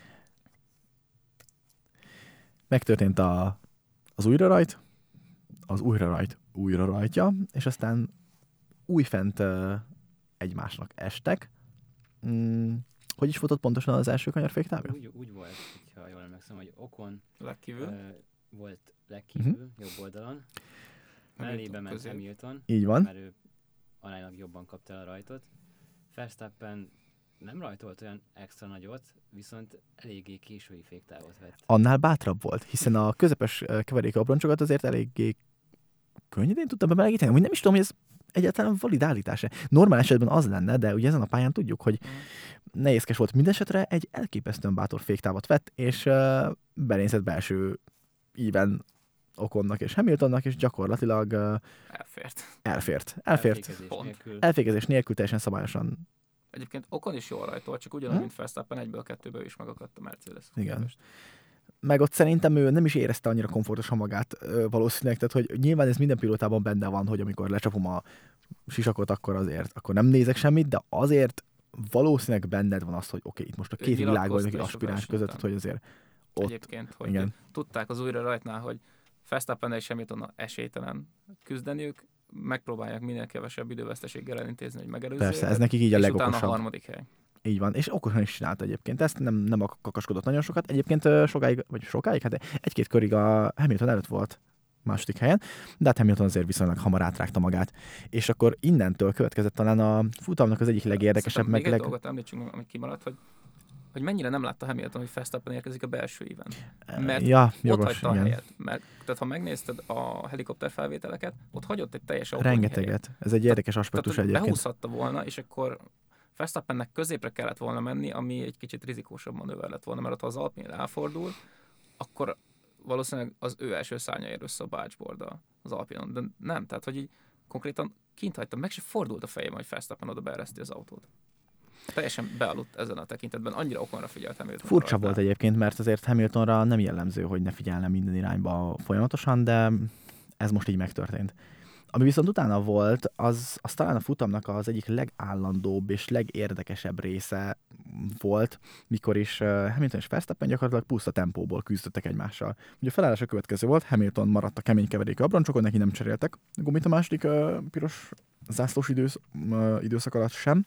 Megtörtént az újra rajtja, és aztán újfent egymásnak estek. Hogy is volt ott pontosan az első kanyarféktávja? Úgy volt, ha jól emlékszem, hogy Ocon volt legkívül, jobb oldalon. Mellébe ment Hamilton, így van. Mert ő aránylag jobban kapta el a rajtot. Verstappen nem rajtolt olyan extra nagyot, viszont eléggé késői féktávot vett. Annál bátrabb volt, hiszen a közepes keverék abroncsokat azért eléggé könnyedén tudtam bemelegíteni. Úgy nem is tudom, hogy ez egyáltalán valid állítása. Normál esetben az lenne, de ugye ezen a pályán tudjuk, hogy nehézkes volt. Mindenesetre egy elképesztően bátor féktávot vett, és benézett belső íven Oconnak és Hamiltonnak, és gyakorlatilag elfért. Elfékezés nélkül teljesen szabályosan. Egyébként Ocon is jól rajtolt, csak ugyanúgy, mint Verstappen, 1-2 is megakadt a Mercedes. Igen. Meg ott szerintem ő nem is érezte annyira komfortosan magát valószínűleg, tehát hogy nyilván ez minden pilótában benne van, hogy amikor lecsapom a sisakot, akkor nem nézek semmit, de azért valószínűleg benned van az, hogy oké, itt most a két világbajnoki aspiráns között, hogy azért ott... Egyébként, hogy igen. Tudták az újra rajtnál, hogy Verstappen és Hamilton esélytelen küzdeniük, megpróbálják minél kevesebb időveszteséggel elintézni, hogy megelőzzék. Persze, ez nekik így a legokosabb. És utána a harmadik hely. Így van, és okosan is csinálta egyébként. Ezt nem kakaskodott nagyon sokat. Egyébként sokáig, hát egy-két körig a Hamilton előtt volt második helyen, de hát Hamilton azért viszonylag hamar átrágta magát. És akkor innentől következett talán a futamnak az egyik legérdekesebb. Még egy dolgot említsünk meg, amit kimaradt, hogy mennyire nem látta Hamilton, hogy Verstappen érkezik a belső íven. Mert ott hagyta a helyet. Tehát ha megnézted a helikopter felvételeket, ott hagyott egy teljes autónyi rengeteget. helyet. Ez egy érdekes aspektus egyébként. Behúzhatta volna, és akkor Verstappennek középre kellett volna menni, ami egy kicsit rizikósabb manőver lett volna, mert ha az Alpine elfordul, akkor valószínűleg az ő első szárnya ér össze a bácsbord az Alpinon. De nem, tehát hogy így konkrétan kint hagyta, meg se fordult a fejem, hogy Verstappen oda beereszti az autót. teljesen bealudt ezen a tekintetben, annyira Oconra figyelt Hamilton. Furcsa volt egyébként, mert azért Hamiltonra nem jellemző, hogy ne figyelne minden irányba folyamatosan, de ez most így megtörtént. Ami viszont utána volt, az talán a futamnak az egyik legállandóbb és legérdekesebb része volt, mikor is Hamilton és Verstappen gyakorlatilag puszta tempóból küzdöttek egymással. Ugye a felállás a következő volt, Hamilton maradt a kemény keverék abroncsokon, neki nem cseréltek a gumit a második piros zászlós időszak alatt sem.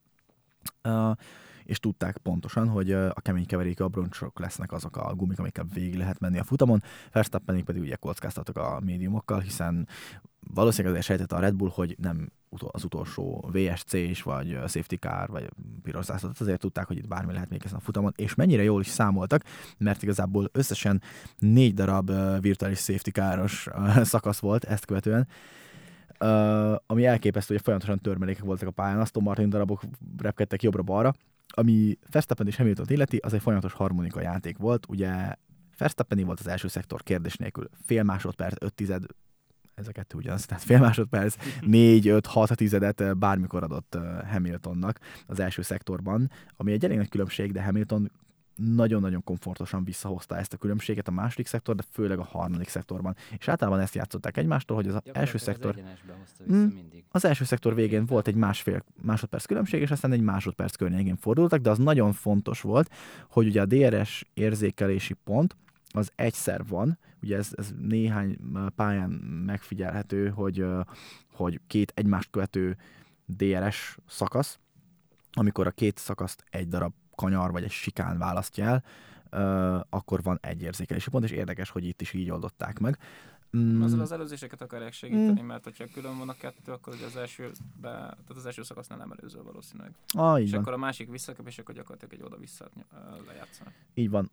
És tudták pontosan, hogy a kemény keverékű abroncsok lesznek azok a gumik, amikkel végig lehet menni a futamon. Verstappenék pedig ugye kockáztattak a médiumokkal, hiszen valószínűleg azért sejtette a Red Bull, hogy nem az utolsó VSC is, vagy safety car, vagy piros zászlót, azért tudták, hogy itt bármi lehet még ezen a futamon, és mennyire jól is számoltak, mert igazából összesen 4 darab virtuális safety caros szakasz volt ezt követően, ami elképesztő, hogy folyamatosan törmelékek voltak a pályán, Aston Martin darabok repkedtek jobbra-balra, ami Verstappen és Hamilton illeti, az egy folyamatos harmonika játék volt. Ugye Verstappen volt az első szektor kérdés nélkül fél másodperc, 5 ez a kettő ugyanaz, tehát fél másodperc, 4-5-6 tizedet bármikor adott Hamiltonnak az első szektorban, ami egy elég nagy különbség, de Hamilton nagyon-nagyon komfortosan visszahozta ezt a különbséget a második szektor, de főleg a harmadik szektorban. És általában ezt játszották egymástól, hogy az első szektor... Az első szektor végén volt egy másfél másodperc különbség, és aztán egy másodperc környékén fordultak, de az nagyon fontos volt, hogy ugye a DRS érzékelési pont az egyszer van, ugye ez néhány pályán megfigyelhető, hogy két egymást követő DRS szakasz, amikor a két szakaszt egy darab kanyar vagy egy sikán választja el, akkor van egy érzékelési pont, és érdekes, hogy itt is így oldották meg. Azzal az előzéseket akarják segíteni, mert hogyha külön van a kettő, akkor ugye tehát az első szakasznál nem előző valószínűleg. És van. akkor a másik visszakap, és akkor gyakorlatilag egy oda-vissza lejátszanak. Így van,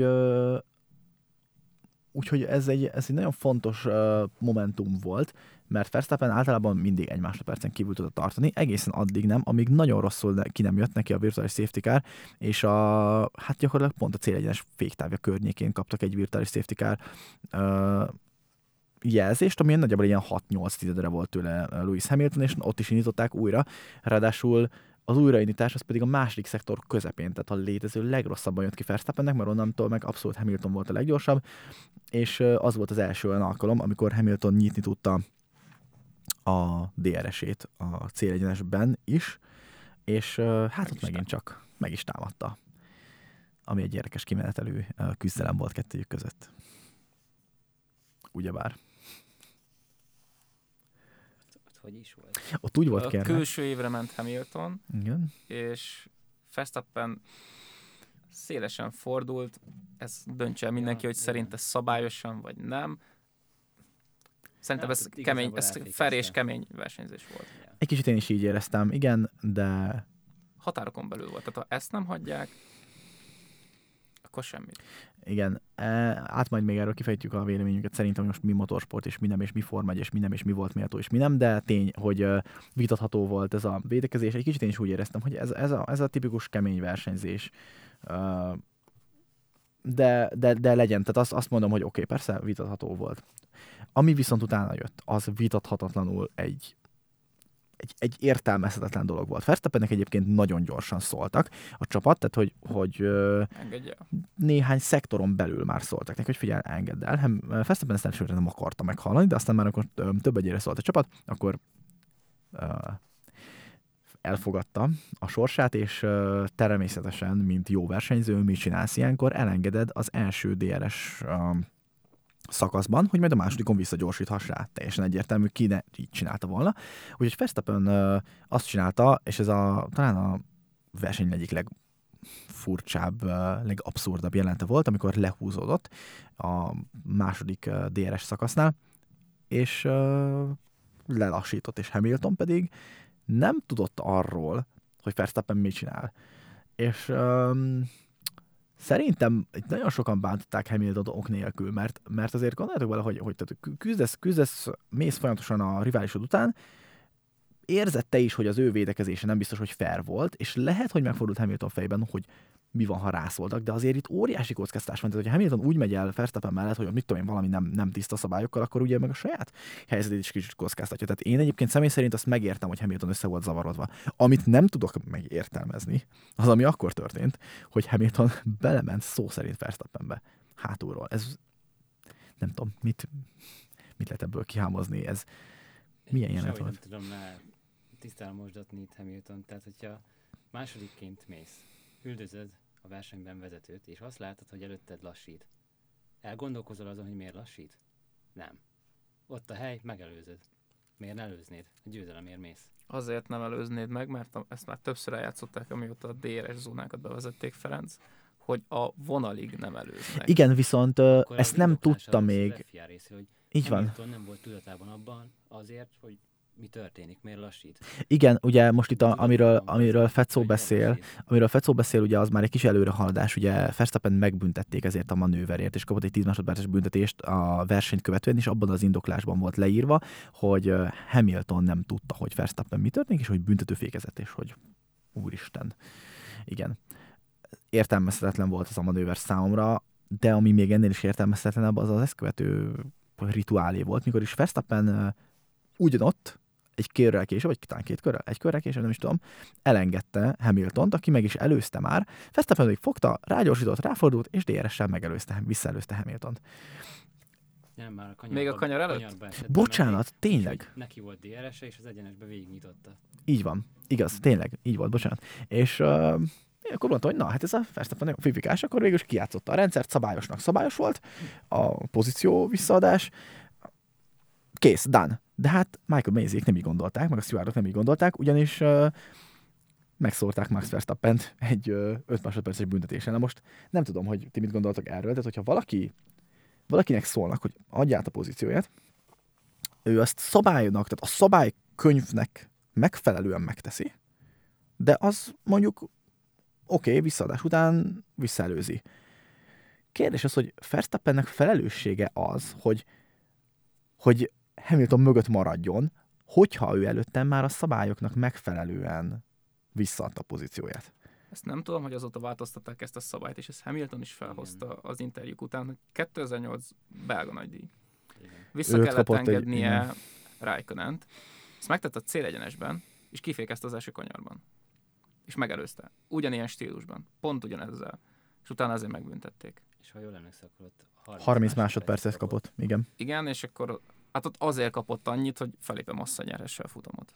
úgyhogy ez egy nagyon fontos momentum volt, mert Verstappen általában mindig egy másodpercen kívül tudott tartani, egészen addig nem, amíg nagyon rosszul ki nem jött neki a virtuális safety car, és hát gyakorlatilag pont a célegyenes féktávja környékén kaptak egy virtuális safety car jelzést, ami nagyjából ilyen 6-8 tizedre volt tőle Lewis Hamilton, és ott is indították újra, ráadásul az újraindítás az pedig a második szektor közepén, tehát a létező legrosszabban jött ki Verstappennek, mert onnantól meg abszolút Hamilton volt a leggyorsabb, és az volt az első olyan alkalom, amikor Hamilton nyitni tudta a DRS-ét a célegyenesben is, és hát ott megint csak meg is támadta, ami egy érdekes kimenetelő küzdelem volt kettőjük között. Ugyebár. Hogy is volt? Ott úgy volt a kérve. Külső évre ment Hamilton, Igen. És Verstappen szélesen fordult, ez döntse el mindenki, hogy szerinte szabályosan, vagy nem. Szerintem ez kemény, ez fair és kemény versenyzés volt. Egy kicsit én is így éreztem, igen, de... Határokon belül volt, tehát ha ezt nem hagyják, akkor semmit. Igen, át majd még erről kifejtjük a véleményünket, szerintem most mi motorsport, és mi nem, és mi Forma 1, és mi nem, és mi volt méltó, és mi nem, de tény, hogy vitatható volt ez a védekezés. Egy kicsit én is úgy éreztem, hogy ez a tipikus kemény versenyzés, de legyen, tehát azt mondom, hogy oké, persze vitatható volt. Ami viszont utána jött, az vitathatatlanul egy értelmezhetetlen dolog volt. Verstappennek egyébként nagyon gyorsan szóltak a csapat, tehát hogy néhány szektoron belül már szóltak neki, hogy figyelj, engedd el. Verstappen ezt elsőre nem akarta meghallani, de aztán már akkor több egyére szólt a csapat, akkor elfogadta a sorsát, és természetesen, mint jó versenyző, mit csinálsz ilyenkor? Elengeded az első DRS szakaszban, hogy majd a másodikon visszagyorsíthass rá. Teljesen egyértelmű, ki ne így csinálta volna. Úgyhogy Verstappen azt csinálta, és ez talán a verseny egyik legfurcsább, legabszurdabb jelenete volt, amikor lehúzódott a második DRS szakasznál, és lelassított, és Hamilton pedig nem tudott arról, hogy Verstappen mit csinál. És szerintem nagyon sokan bántották Hamilton ok nélkül, mert azért gondoljátok vele, hogy küzdesz, mész folyamatosan a riválisod után, érzed te is, hogy az ő védekezése nem biztos, hogy fair volt, és lehet, hogy megfordult Hamilton fejében, hogy mi van, ha rászóltak, de azért itt óriási kockáztatás van. Tehát, hogyha Hamilton úgy megy el Verstappen mellett, hogy mit tudom én, valami nem tiszta szabályokkal, akkor ugye meg a saját helyzetét is kicsit kockáztatja. Tehát én egyébként személy szerint azt megértem, hogy Hamilton össze volt zavarodva. Amit nem tudok megértelmezni, az, ami akkor történt, hogy Hamilton belement szó szerint Verstappenbe hátulról. Ez nem tudom, mit lehet ebből kihámozni, ez milyen jelenet Sehogy volt? nem tudom tisztán mosdatni itt Hamilton, tehát hogyha másodikként mész, üldözöd a versenyben vezetőt, és azt látod, hogy előtted lassít. Elgondolkozol azon, hogy miért lassít? Nem. Ott a hely, megelőzöd. Miért ne előznéd? A győzelemért mész. Azért nem előznéd meg, mert ezt már többször eljátszották, amióta a DRS zónákat bevezették, Ferenc, hogy a vonalig nem előznek. Igen, viszont Akkor ezt a nem vindoklása tudta az még. FIA részé, hogy Így van. Hamilton nem volt tudatában abban azért, hogy mi történik, miért lassít. Igen, ugye most itt Tudatban amiről volt, Fecó hogy beszél, ugye az már egy kis előrehaladás, ugye Verstappen megbüntették ezért a manőverért, és kapott egy 10 másodperces büntetést a versenyt követően, és abban az indoklásban volt leírva, hogy Hamilton nem tudta, hogy Verstappen mi történik, és hogy büntetőfékezett, és hogy úristen. Igen. Értelmezhetetlen volt az a manőver számomra, de ami még ennél is értelmezhetetlenebb, az az ezt követő rituálé volt, mikor is Verstappen ugyanott, egy körrel később, vagy talán egy körrel később, nem is tudom, elengedte Hamiltont, aki meg is előzte már, Verstappen pedig fogta, rágyorsított, ráfordult, és DRS-sel visszaelőzte Hamiltont. Nem, már a Még a kanyar előtt? kanyarba esett Bocsánat, be, tényleg. úgyhogy neki volt DRS-e, és az egyenesbe végignyitotta. Így van. Igaz, tényleg, így volt, bocsánat. És akkor mondta, hogy na, hát ez a Verstappen nagyon fifikás, akkor végül is kijátszotta a rendszert, szabályos volt, a pozíció visszaadás, kész, done. De hát Michael Masiék nem így gondolták, meg a stewardok nem így gondolták, ugyanis megszórták Max Verstappent egy 5 másodperces büntetésen. Na most nem tudom, hogy ti mit gondoltok erről, tehát hogyha valakinek szólnak, hogy adja át a pozícióját, ő azt szabálynak, tehát a szabálykönyvnek megfelelően megteszi, de az mondjuk oké, visszaadás után visszaelőzi. Kérdés az, hogy Verstappennek felelőssége az, hogy Hamilton mögött maradjon, hogyha ő előtte már a szabályoknak megfelelően visszaadta a pozícióját. Ezt nem tudom, hogy azóta változtatták ezt a szabályt, és ezt Hamilton is felhozta az interjúk után, hogy 2008 belga nagydíj. Vissza Őt kellett kapott egy- engednie Raikkonent. Ezt megtett a célegyenesben, és kifékezte az első kanyarban. És megelőzte. Ugyanilyen stílusban. Pont ugyanezzel. És utána azért megbüntették. És ha jól emlékszem, akkor ott 30 másodpercet kapott, igen. Igen, és akkor hát ott azért kapott annyit, hogy felépem masszanyeressel futamot.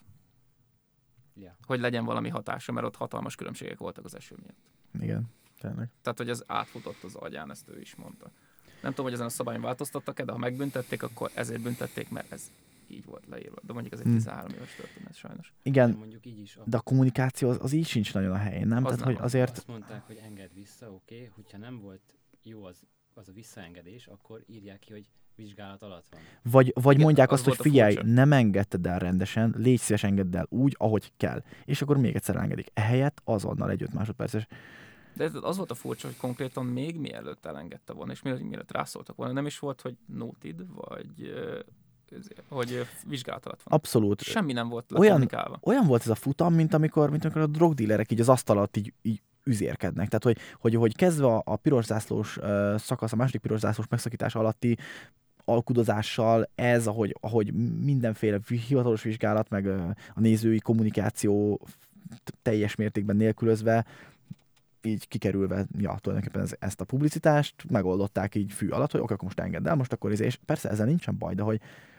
Ja. Hogy legyen valami hatása, mert ott hatalmas különbségek voltak az eső miatt. Igen, tényleg. Tehát, hogy ez átfutott az agyán, ezt ő is mondta. Nem tudom, hogy ezen a szabályon változtattak-e, de ha megbüntették, akkor ezért büntették, mert ez így volt leírva. De mondjuk ez egy 13 éves történet, sajnos. Igen, Mondjuk így is. de a kommunikáció az így sincs nagyon a helyén, nem? Az Tehát, nem hogy az. azért Azt mondták, hogy engedd vissza, oké, hogyha nem volt jó az a visszaengedés, akkor írják ki, hogy vizsgálat alatt van. Vagy Igen, mondják az azt, hogy volt a figyelj, furcsa. nem engedted el rendesen, légy szíves, engedd el úgy, ahogy kell. És akkor még egyszer engedik. Ehelyett azonnal egy 5 másodperces. De az volt a furcsa, hogy konkrétan még mielőtt elengedte volna, és mielőtt rászóltak volna, nem is volt, hogy noted, vagy hogy vizsgálat alatt van. Abszolút. Semmi nem volt Olyan- lekommunikálva. Olyan volt ez a futam, mint amikor a drogdílerek így az asztal alatt így üzérkednek. Tehát, hogy kezdve a piros zászlós szakasz, a második piros zászlós megszakítás alatti alkudozással, ez, ahogy mindenféle hivatalos vizsgálat, meg a nézői kommunikáció teljes mértékben nélkülözve, így kikerülve, ja, tulajdonképpen ezt a publicitást megoldották így fű alatt, hogy oké, akkor most engedd el, most akkor és persze ezzel nincsen baj, de hogy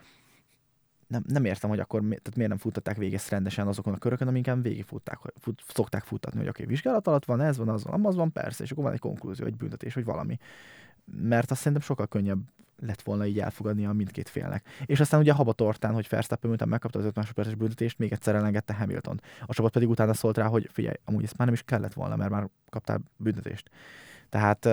nem értem, hogy akkor tehát miért nem futtatták végig ezt rendesen azokon a körökön, amiken végig szokták futtatni, hogy oké, vizsgálat alatt van, ez van, az van, persze, és akkor van egy konklúzió, egy büntetés, vagy valami. Mert azt szerintem sokkal könnyebb lett volna így elfogadni a mindkét félnek. És aztán ugye habatortán, hogy Verstappen után megkapta az 5 másodperces büntetést, még egyszer elengedte Hamiltont. A csapat pedig utána szólt rá, hogy figyelj, amúgy ezt már nem is kellett volna, mert már kaptál büntetést. Tehát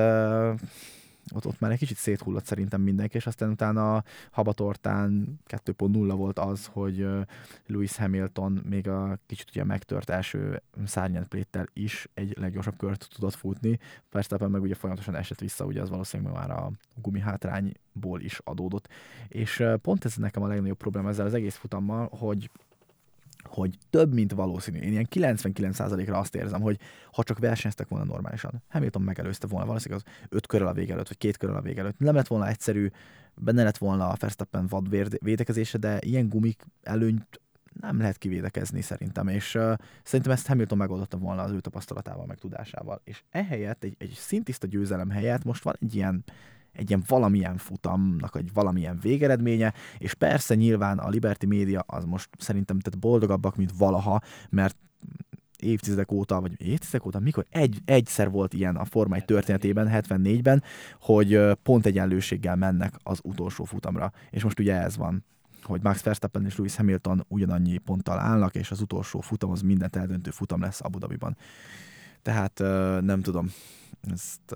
ott már egy kicsit széthullott szerintem mindenki, és aztán utána a habatortán 2.0 volt az, hogy Lewis Hamilton még a kicsit ugye megtört első szárnyatpléttel is egy leggyorsabb kört tudott futni. Verstappen meg ugye folyamatosan esett vissza, ugye az valószínűleg már a gumi hátrányból is adódott. És pont ez nekem a legnagyobb probléma ezzel az egész futammal, hogy több, mint valószínű. Én ilyen 99%-ra azt érzem, hogy ha csak versenyeztek volna normálisan, Hamilton megelőzte volna valószínűleg az 5 körrel a vége előtt, vagy 2 körrel a vége előtt. Nem lett volna egyszerű, benne lett volna a Verstappen vad védekezése, de ilyen gumik előnyt nem lehet kivédekezni szerintem, és szerintem ezt Hamilton megoldotta volna az ő tapasztalatával, meg tudásával. És ehelyett egy szintiszta győzelem helyett most van egy ilyen valamilyen futamnak, egy valamilyen végeredménye, és persze nyilván a Liberty Media az most szerintem tehát boldogabbak, mint valaha, mert évtizedek óta, mikor egyszer volt ilyen a Forma 1 történetében, 74-ben, hogy pont egyenlőséggel mennek az utolsó futamra. És most ugye ez van, hogy Max Verstappen és Lewis Hamilton ugyanannyi ponttal állnak, és az utolsó futam az mindent eldöntő futam lesz Abu Dhabiban. Tehát nem tudom, ezt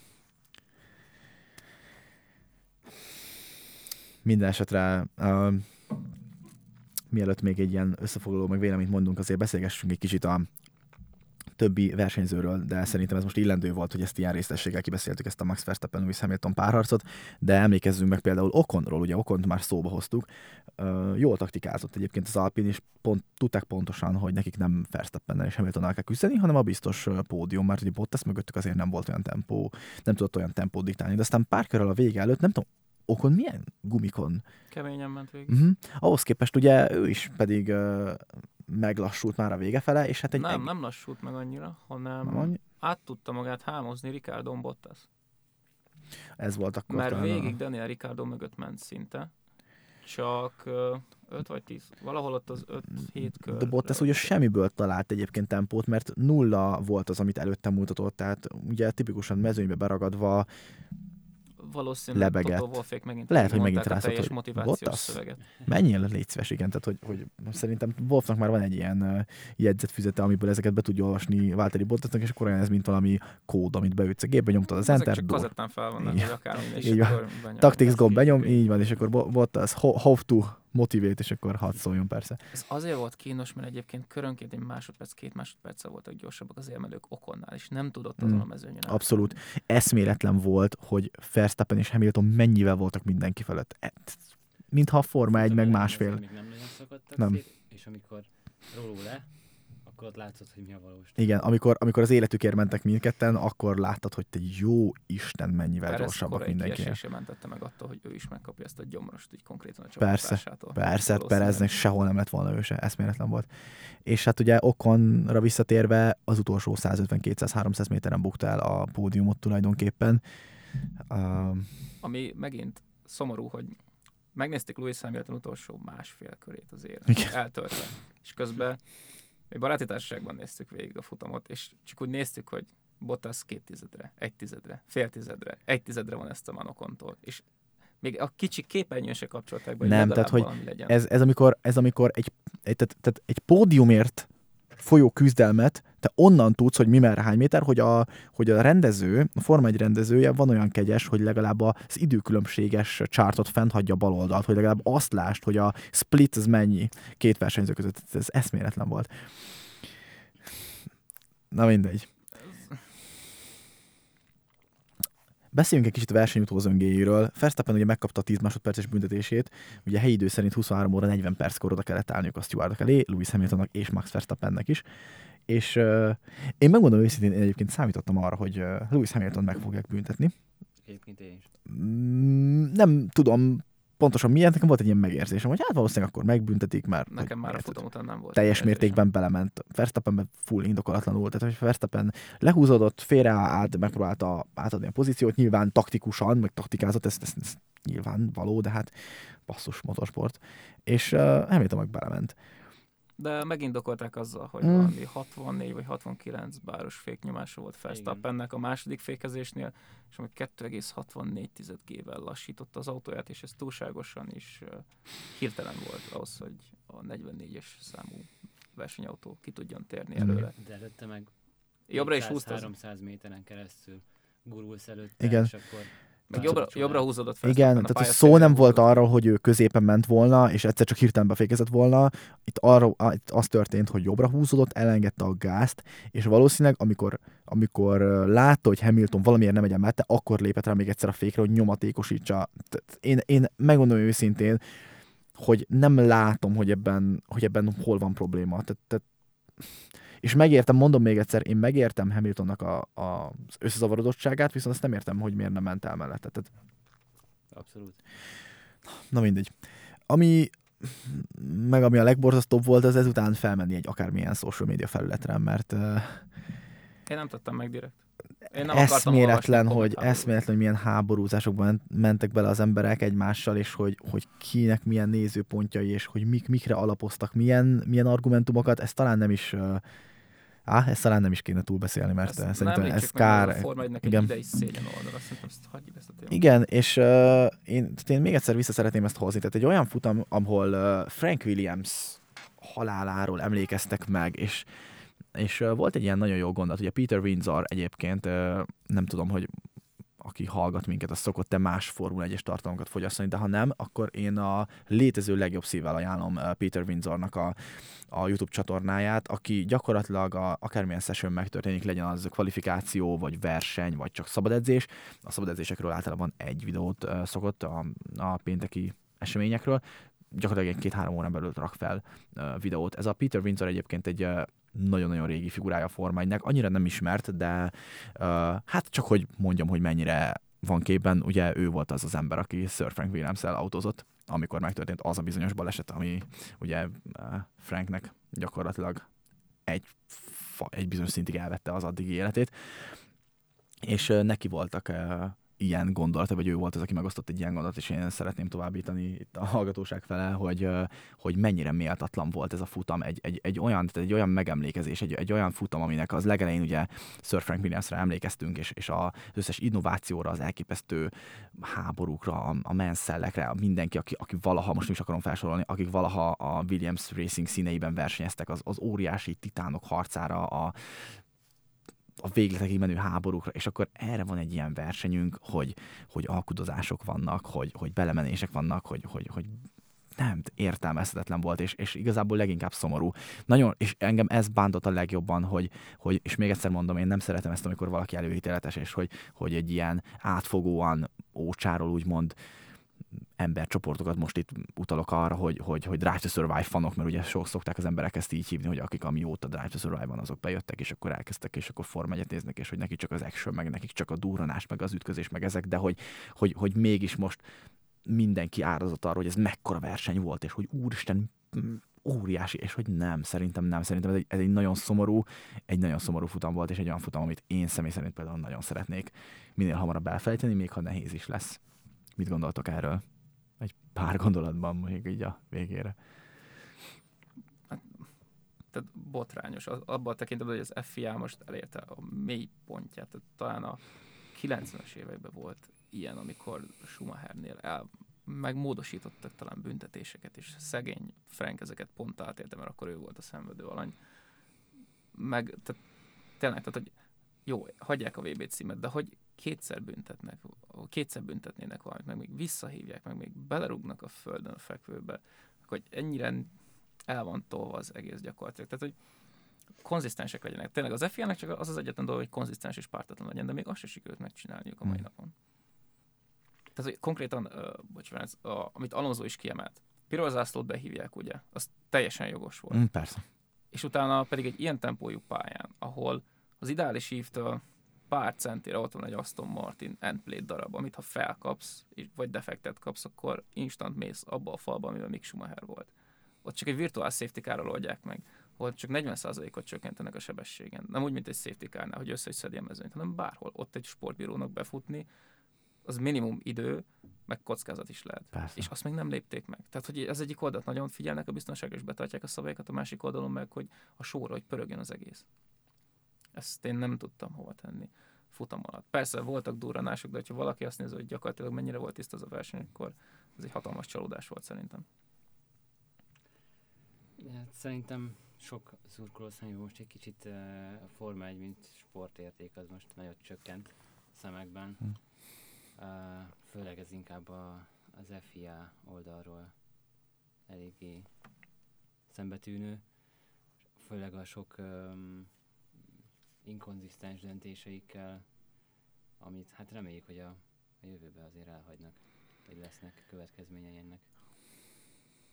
minden esetre mielőtt még egy ilyen összefoglaló meg véleményt mondunk, azért beszélgessünk egy kicsit a többi versenyzőről, de szerintem ez most illendő volt, hogy ezt ilyen részletességgel kibeszéltük, ezt a Max Verstappen-Lewis Hamilton párharcot, de emlékezzünk meg például Oconról, ugye Ocont már szóba hoztuk, jól taktikázott egyébként az Alpine, és tudták pontosan, hogy nekik nem Verstappennel és Hamiltonnal kell küzdeni, hanem a biztos pódium, mert ugye Bottas mögöttük azért nem volt olyan tempó, nem tudott olyan tempót diktálni, de aztán pár körrel a vége előtt, nem tudom, Ocon milyen gumikon? Keményen ment végig. Ahhoz képest ugye ő is pedig meglassult már a vége fele, és hát nem lassult meg annyira, hanem át tudta magát hámozni Ricardo Bottas. Ez volt akkor. Mert végig Daniel Ricciardo mögött ment szinte. Csak 5 vagy 10, valahol ott az 5-7 kör. De Bottas ugye semmiből talált egyébként tempót, mert 0 volt az, amit előtte mutatott, tehát ugye tipikusan mezőnybe beragadva valószínűleg lebegett. Toto Wolffék megint lehet, hogy megint a teljes rászott, hogy motivációs Bottas? szöveget. Menjél, légy szíves, igen, tehát hogy szerintem Wolffnak már van egy ilyen jegyzetfüzete, amiből ezeket be tudja olvasni Valtteri Bottasnak, és akkor olyan ez, mint valami kód, amit beütsz a gépbe, nyomtad az enter, csak kazettán fel vannak, vagy akármi, és így akkor Tactics gomb benyom, így van, és akkor Bottas how to motivate, és akkor hadd szóljon persze. Ez azért volt kínos, mert egyébként körönként egy másodperc, 2 másodperccel voltak gyorsabbak az élmelők Oconnál, és nem tudott azon a mezőnyön. Abszolút. Eszméletlen volt, hogy Verstappen és Hamilton mennyivel voltak mindenki felett. Mintha a Forma 1 meg másfél. Nem nagyon szakadtak nem. Szét, és amikor rólul le, akkor ott látszott, hogy mi a valós. Igen, amikor az életükért mentek mindketten, akkor láttad, hogy te jó Isten mennyivel gyorsabbak mindenkinek. Perez mentette meg attól, hogy ő is megkapja ezt a gyomrost, így konkrétan a csapattársától. Persze, Pereznek sehol nem lett volna ő se, eszméletlen volt. És hát ugye Oconra visszatérve az utolsó 150-200-300 méteren bukta el a pódiumot tulajdonképpen. Ami megint szomorú, hogy megnézték Lewis Hamilton utolsó másfél körét azért. Eltörte. És közben mi baráti társaságban néztük végig a futamot, és csak úgy néztük, hogy Bottas 0,2-re, 1/10-re, 0,5-10-re, 1/10-re van ezt a Manokontól. És még a kicsi képernyőn se kapcsolták be, hogy nem, legalább tehát, valami legyen. Ez amikor egy pódiumért folyó küzdelmet, te onnan tudsz, hogy mi merre hány méter, hogy a rendező, a Forma 1 rendezője van olyan kegyes, hogy legalább az időkülönbséges chartot fent hagyja bal oldalt, hogy legalább azt lásd, hogy a split az mennyi két versenyző között. Ez eszméletlen volt. Na mindegy. Beszéljünk egy kicsit a versenyutó zöngéjéről. Verstappen ugye megkapta a 10 másodperces büntetését, ugye helyi idő szerint 23 óra 40 perckor oda kellett állniuk a stewardok elé, Lewis Hamiltonnak és Max Verstappennek is. És én megmondom őszintén, én egyébként számítottam arra, hogy Lewis Hamilton meg fogják büntetni. Egyébként én is. Nem tudom pontosan miért, nekem volt egy ilyen megérzésem, hogy hát valószínűleg akkor megbüntetik, mert nekem már a futam után nem volt. Teljes mértékben belement. Verstappenben full indokolatlanul. Tehát, hogy Verstappen lehúzódott, félreállt, megpróbálta átadni a pozíciót, nyilván taktikusan, meg taktikázott, ez nyilván való, de hát basszus motorsport. És Hamilton meg belement. De megindokolták azzal, hogy valami 64 vagy 69 báros féknyomása volt Verstappennek a második fékezésnél, és ami 2,64 G-vel lassította az autóját, és ez túlságosan is hirtelen volt ahhoz, hogy a 44-es számú versenyautó ki tudjon térni előle. De előtte meg jobbra is húzta. 300 méteren keresztül gurulsz előtte, igen. És akkor meg jobbra húzódott fel. Igen, tehát szó nem volt arról, hogy ő középen ment volna, és egyszer csak hirtelen befékezett volna. Itt az történt, hogy jobbra húzódott, elengedte a gázt, és valószínűleg, amikor látta, hogy Hamilton valamiért nem egyenlette, akkor lépett rá még egyszer a fékre, hogy nyomatékosítsa. Én megmondom őszintén, hogy nem látom, hogy ebben hol van probléma. És megértem, mondom még egyszer, én megértem Hamiltonnak az összezavarodottságát, viszont azt nem értem, hogy miért nem ment el mellette. Tehát, Abszolút. na mindegy. Ami a legborzasztóbb volt, az ezután felmenni egy akármilyen social media felületre, mert Én nem tettem meg direkt. Én nem akartam olvasni a eszméletlen, hogy milyen háborúzásokban mentek bele az emberek egymással, és hogy kinek milyen nézőpontjai, és hogy mikre alapoztak, milyen argumentumokat, ezt talán nem is kéne túlbeszélni, mert szerintem ez kár. A Forma 1-nek egy ide is szégyen oldal, azt szerintem ezt hagyjuk ezt a témát. Igen, és én még egyszer vissza szeretném ezt hozni. Tehát egy olyan futam, ahol Frank Williams haláláról emlékeztek meg, és volt egy ilyen nagyon jó gondolat, ugye Peter Windsor egyébként, nem tudom, hogy aki hallgat minket, az szokott-e más Formula 1-es tartalmakat fogyasztani, de ha nem, akkor én a létező legjobb szívvel ajánlom Peter Windsornak a YouTube csatornáját, aki gyakorlatilag akármilyen session megtörténik, legyen az kvalifikáció, vagy verseny, vagy csak szabadedzés. A szabadedzésekről általában egy videót szokott a pénteki eseményekről, gyakorlatilag egy 2-3 órán belül rak fel videót. Ez a Peter Windsor egyébként egy nagyon-nagyon régi figurája a Forma 1-nek, annyira nem ismert, de hát csak hogy mondjam, hogy mennyire van képben, ugye ő volt az ember, aki Sir Frank Williams-el autózott, amikor megtörtént az a bizonyos baleset, ami ugye Franknek gyakorlatilag egy bizonyos szintig elvette az addigi életét, és neki voltak ilyen gondolata, vagy ő volt az, aki megosztott egy ilyen gondolatot, és én szeretném továbbítani itt a hallgatóság fele, hogy mennyire méltatlan volt ez a futam, egy olyan megemlékezés, egy olyan futam, aminek az legelején ugye Sir Frank Williamsre emlékeztünk, és az összes innovációra, az elképesztő háborúkra, a menszellekre, mindenki, aki valaha, most nem is akarom felsorolni, akik valaha a Williams Racing színeiben versenyeztek, az óriási titánok harcára, a végletekig menő háborúkra, és akkor erre van egy ilyen versenyünk, hogy alkudozások vannak, hogy belemenések vannak, hogy nem, értelmezhetetlen volt, és igazából leginkább szomorú. Nagyon, és engem ez bántott a legjobban, hogy és még egyszer mondom, én nem szeretem ezt, amikor valaki előítéletes, és hogy egy ilyen átfogóan ócsáról úgymond embercsoportokat, most itt utalok arra, hogy Drive to Survive fanok, mert ugye szokták az emberek ezt így hívni, hogy akik amióta Drive to Survive-ban, azok bejöttek, és akkor elkezdtek, és akkor Forma 1-et néznek, és hogy nekik csak az action, meg nekik csak a durranás, meg az ütközés, meg ezek, de hogy mégis most mindenki árazott arra, hogy ez mekkora verseny volt, és hogy úristen, óriási, és hogy szerintem ez egy nagyon szomorú futam volt, és egy olyan futam, amit én személy szerint például nagyon szeretnék minél hamarabb elfelejteni, még ha nehéz is lesz. Mit gondoltok erről? Egy pár gondolatban még így a végére. Tehát botrányos. Abban a tekintetben, hogy az FIA most elérte a mély pontját. Tehát talán a 90-es években volt ilyen, amikor Schumachernél megmódosítottak talán büntetéseket, és szegény Frank ezeket pont átélte, mert akkor ő volt a szenvedő alany. Tehát tényleg, hogy jó, hagyják a VB címet, de hogy kétszer büntetnének valamit, meg még visszahívják, meg még belerúgnak a földön a fekvőbe, hogy ennyire el van tolva az egész gyakorlatilag. Tehát, hogy konzisztensek legyenek. Tényleg az FIA-nek csak az egyetlen dolog, hogy konzisztens és pártatlan legyen, de még azt se sikerült megcsinálniuk a mai napon. Tehát, hogy konkrétan, amit Alonso is kiemelt, piros zászlót behívják, ugye, az teljesen jogos volt. Persze. És utána pedig egy ilyen tempójú pályán, ahol az ideális ívtől pár centire ott van egy Aston Martin endplate darab, amit ha felkapsz, vagy defektet kapsz, akkor instant mész abba a falba, amiben Mick Schumacher volt. Ott csak egy virtuál safety car-ral oldják meg, hogy csak 40%-ot csökkentenek a sebességen. Nem úgy, mint egy safety car-nál, hogy össze-szedje a mezőnyt, hanem bárhol. Ott egy sportbírónak befutni, az minimum idő, meg kockázat is lehet. Persze. És azt még nem lépték meg. Tehát, hogy az egyik oldalt nagyon figyelnek a biztonságra, és betartják a szabályokat, a másik oldalon meg, hogy a sóra, hogy pörögjön az egész. Ezt én nem tudtam hova tenni futam alatt. Persze voltak durranások, de ha valaki azt nézi, hogy gyakorlatilag mennyire volt tiszta az a verseny, akkor ez egy hatalmas csalódás volt szerintem. Hát szerintem sok szurkoló személy most egy kicsit a Forma 1, mint sportérték, az most nagyot csökkent a szemekben. Főleg ez inkább az FIA oldalról eléggé szembetűnő. Főleg a sok inkonzisztens döntéseikkel, amit hát reméljük, hogy a jövőben azért elhagynak, hogy lesznek következményei ennek.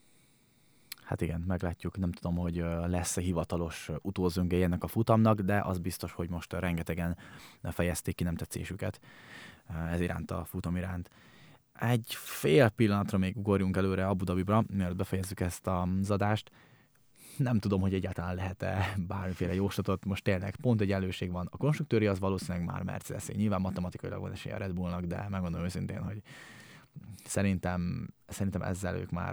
Hát igen, meglátjuk. Nem tudom, hogy lesz-e hivatalos utózöngely ennek a futamnak, de az biztos, hogy most rengetegen fejezték ki nem tetszésüket ez iránt, a futam iránt. Egy fél pillanatra még ugorjunk előre Abu Dhabibra, mielőtt befejezzük ezt az adást. Nem tudom, hogy egyáltalán lehet-e bármiféle jóslatot. Most tényleg pont egy előség van. A konstruktőri az valószínűleg már Mercedes. Nyilván matematikailag van esélye a Red Bullnak, de megmondom őszintén, hogy szerintem ezzel ők már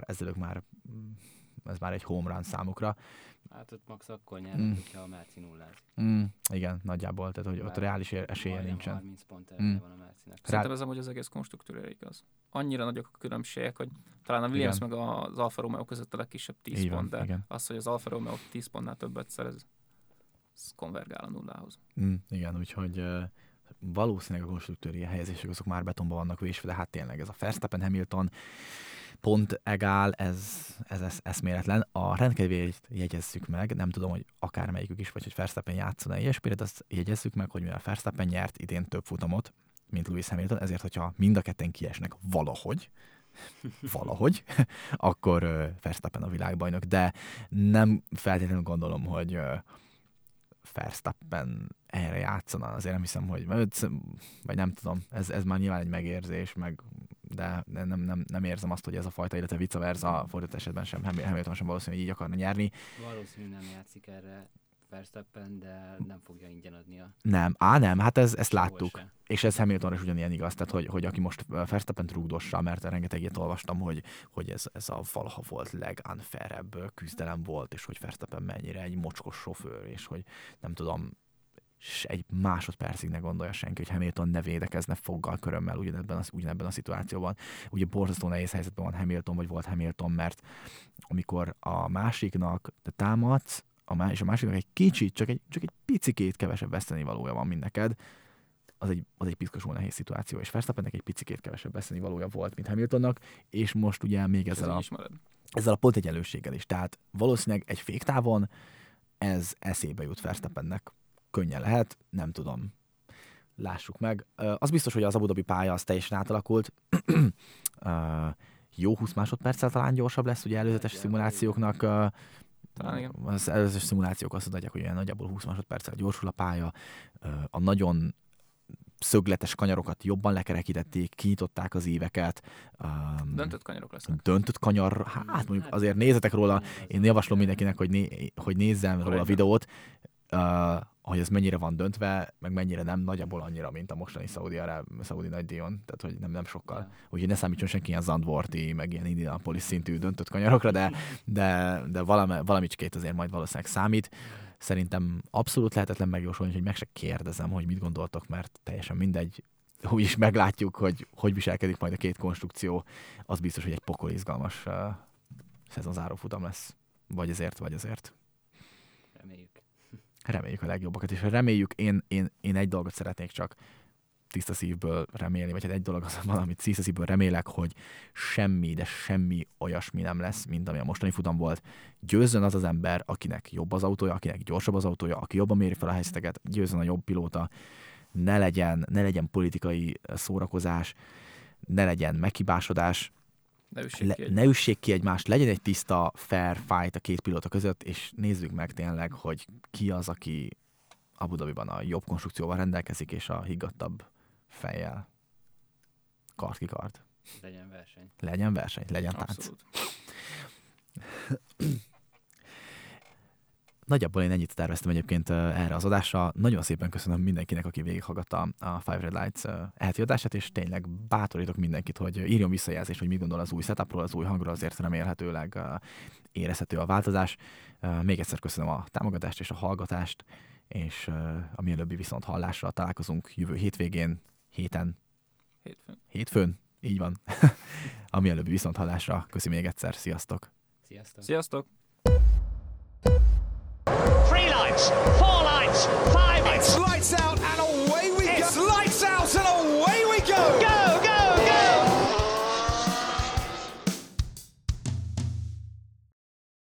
ez már egy home run számukra. Hát ott max akkor nyernek, hogyha a Merci nullázik. Igen, nagyjából, tehát hogy ott reális esélye nincsen. 30 pont előre van a Mercinek. Szerintem ez amúgy az egész konstruktőrére igaz. Annyira nagyok a különbségek, hogy talán a Williams meg az Alfa Romeo között a legkisebb 10 Így van, pont, de igen. az, hogy az Alfa Romeo 10 pontnál többet szerez, ez konvergál a nullához. Igen, úgyhogy valószínűleg a konstruktőri helyezések azok már betonba vannak vésve, de hát tényleg ez a Verstappen Hamilton pont egál, ez eszméletlen. A rendkedvéért jegyezzük meg, nem tudom, hogy akármelyikük is, vagy hogy Verstappen játszana ilyesmire, de azt jegyezzük meg, hogy mivel Verstappen nyert idén több futamot, mint Lewis Hamilton, ezért, hogyha mind a ketten kiesnek valahogy, akkor Verstappen a világbajnok, de nem feltétlenül gondolom, hogy Verstappen erre játszana, azért nem hiszem, hogy vagy nem tudom, ez már nyilván egy megérzés, de nem érzem azt, hogy ez a fajta, illetve vice versa, fordított esetben sem Hamilton sem valószínű, hogy így akarna nyerni. Valószínű nem játszik erre Verstappen, de nem fogja ingyen adni a... Nem, hát ezt láttuk. És ez Hamiltonra is ugyanilyen igaz, tehát hogy aki most Verstappent rúgdossa, mert rengeteg ilyet olvastam, hogy ez a valaha volt legunfairebb küzdelem volt, és hogy Verstappen mennyire egy mocskos sofőr, és hogy nem tudom, egy másodpercig ne gondolja senki, hogy Hamilton ne védekezne foggal, körömmel ugyanebben a szituációban. Ugye borzasztó nehéz helyzetben van Hamilton, vagy volt Hamilton, mert amikor a másiknak te támadsz, és a másiknak egy kicsit, csak egy picikét kevesebb vesztenivalója van, mint neked, az egy piszkosul nehéz szituáció, és Verstappennek egy picikét kevesebb vesztenivalója volt, mint Hamiltonnak, és most ugye még ezzel a pont egyenlőséggel is. Tehát valószínűleg egy féktávon ez eszébe jut Verstappennek. Könnyen lehet, nem tudom. Lássuk meg. Az biztos, hogy az Abu Dhabi pálya az teljesen átalakult. Jó 20 másodperccel talán gyorsabb lesz, ugye előzetes szimulációknak. Az előzetes szimulációk azt mondják, hogy olyan nagyjából 20 másodperccel gyorsul a pálya. A nagyon szögletes kanyarokat jobban lekerekítették, kinyitották az íveket. Döntött kanyarok lesznek. Döntött kanyar, hát mondjuk azért nézzetek róla, én javaslom mindenkinek, hogy nézzen róla a videót, hogy ez mennyire van döntve, meg mennyire nem, nagyjából annyira, mint a mostani Szaudi nagydíjon, tehát hogy nem sokkal. Úgyhogy ne számítson senki ilyen Zandvoorti, meg ilyen Indianapolis szintű döntött kanyarokra, de valamicskét azért majd valószínűleg számít. Szerintem abszolút lehetetlen megjósolni, hogy meg se kérdezem, hogy mit gondoltok, mert teljesen mindegy. Úgyis meglátjuk, hogy viselkedik majd a két konstrukció. Az biztos, hogy egy pokol izgalmas szezonzáró futam lesz. Vagy ezért. Reméljük a legjobbakat, és reméljük, én egy dolgot szeretnék csak tiszta szívből remélni, vagy hát egy dolog az valamit tiszta szívből remélek, hogy semmi olyasmi nem lesz, mint ami a mostani futam volt. Győzzön az ember, akinek jobb az autója, akinek gyorsabb az autója, aki jobban méri fel a helyzeteket, győzzön a jobb pilóta, ne legyen politikai szórakozás, ne legyen meghibásodás, ne üssék ki egymást, legyen egy tiszta, fair fight a két pilóta között, és nézzük meg tényleg, hogy ki az, aki Abu Dhabiban a jobb konstrukcióval rendelkezik, és a higgadtabb fejjel. Kard. Legyen verseny, legyen tánc. Abszolút. Nagyjából én ennyit terveztem egyébként erre az adásra. Nagyon szépen köszönöm mindenkinek, aki végighallgatta a Five Red Lights heti adását, és tényleg bátorítok mindenkit, hogy írjon visszajelzést, hogy mit gondol az új setupról, az új hangról, azért remélhetőleg érezhető a változás. Még egyszer köszönöm a támogatást és a hallgatást, és a mielőbbi viszont hallásra találkozunk jövő hétfőn, így van. A mielőbbi viszont hallásra. Köszi még egyszer, sziasztok! Sziasztok! 3 lights, 4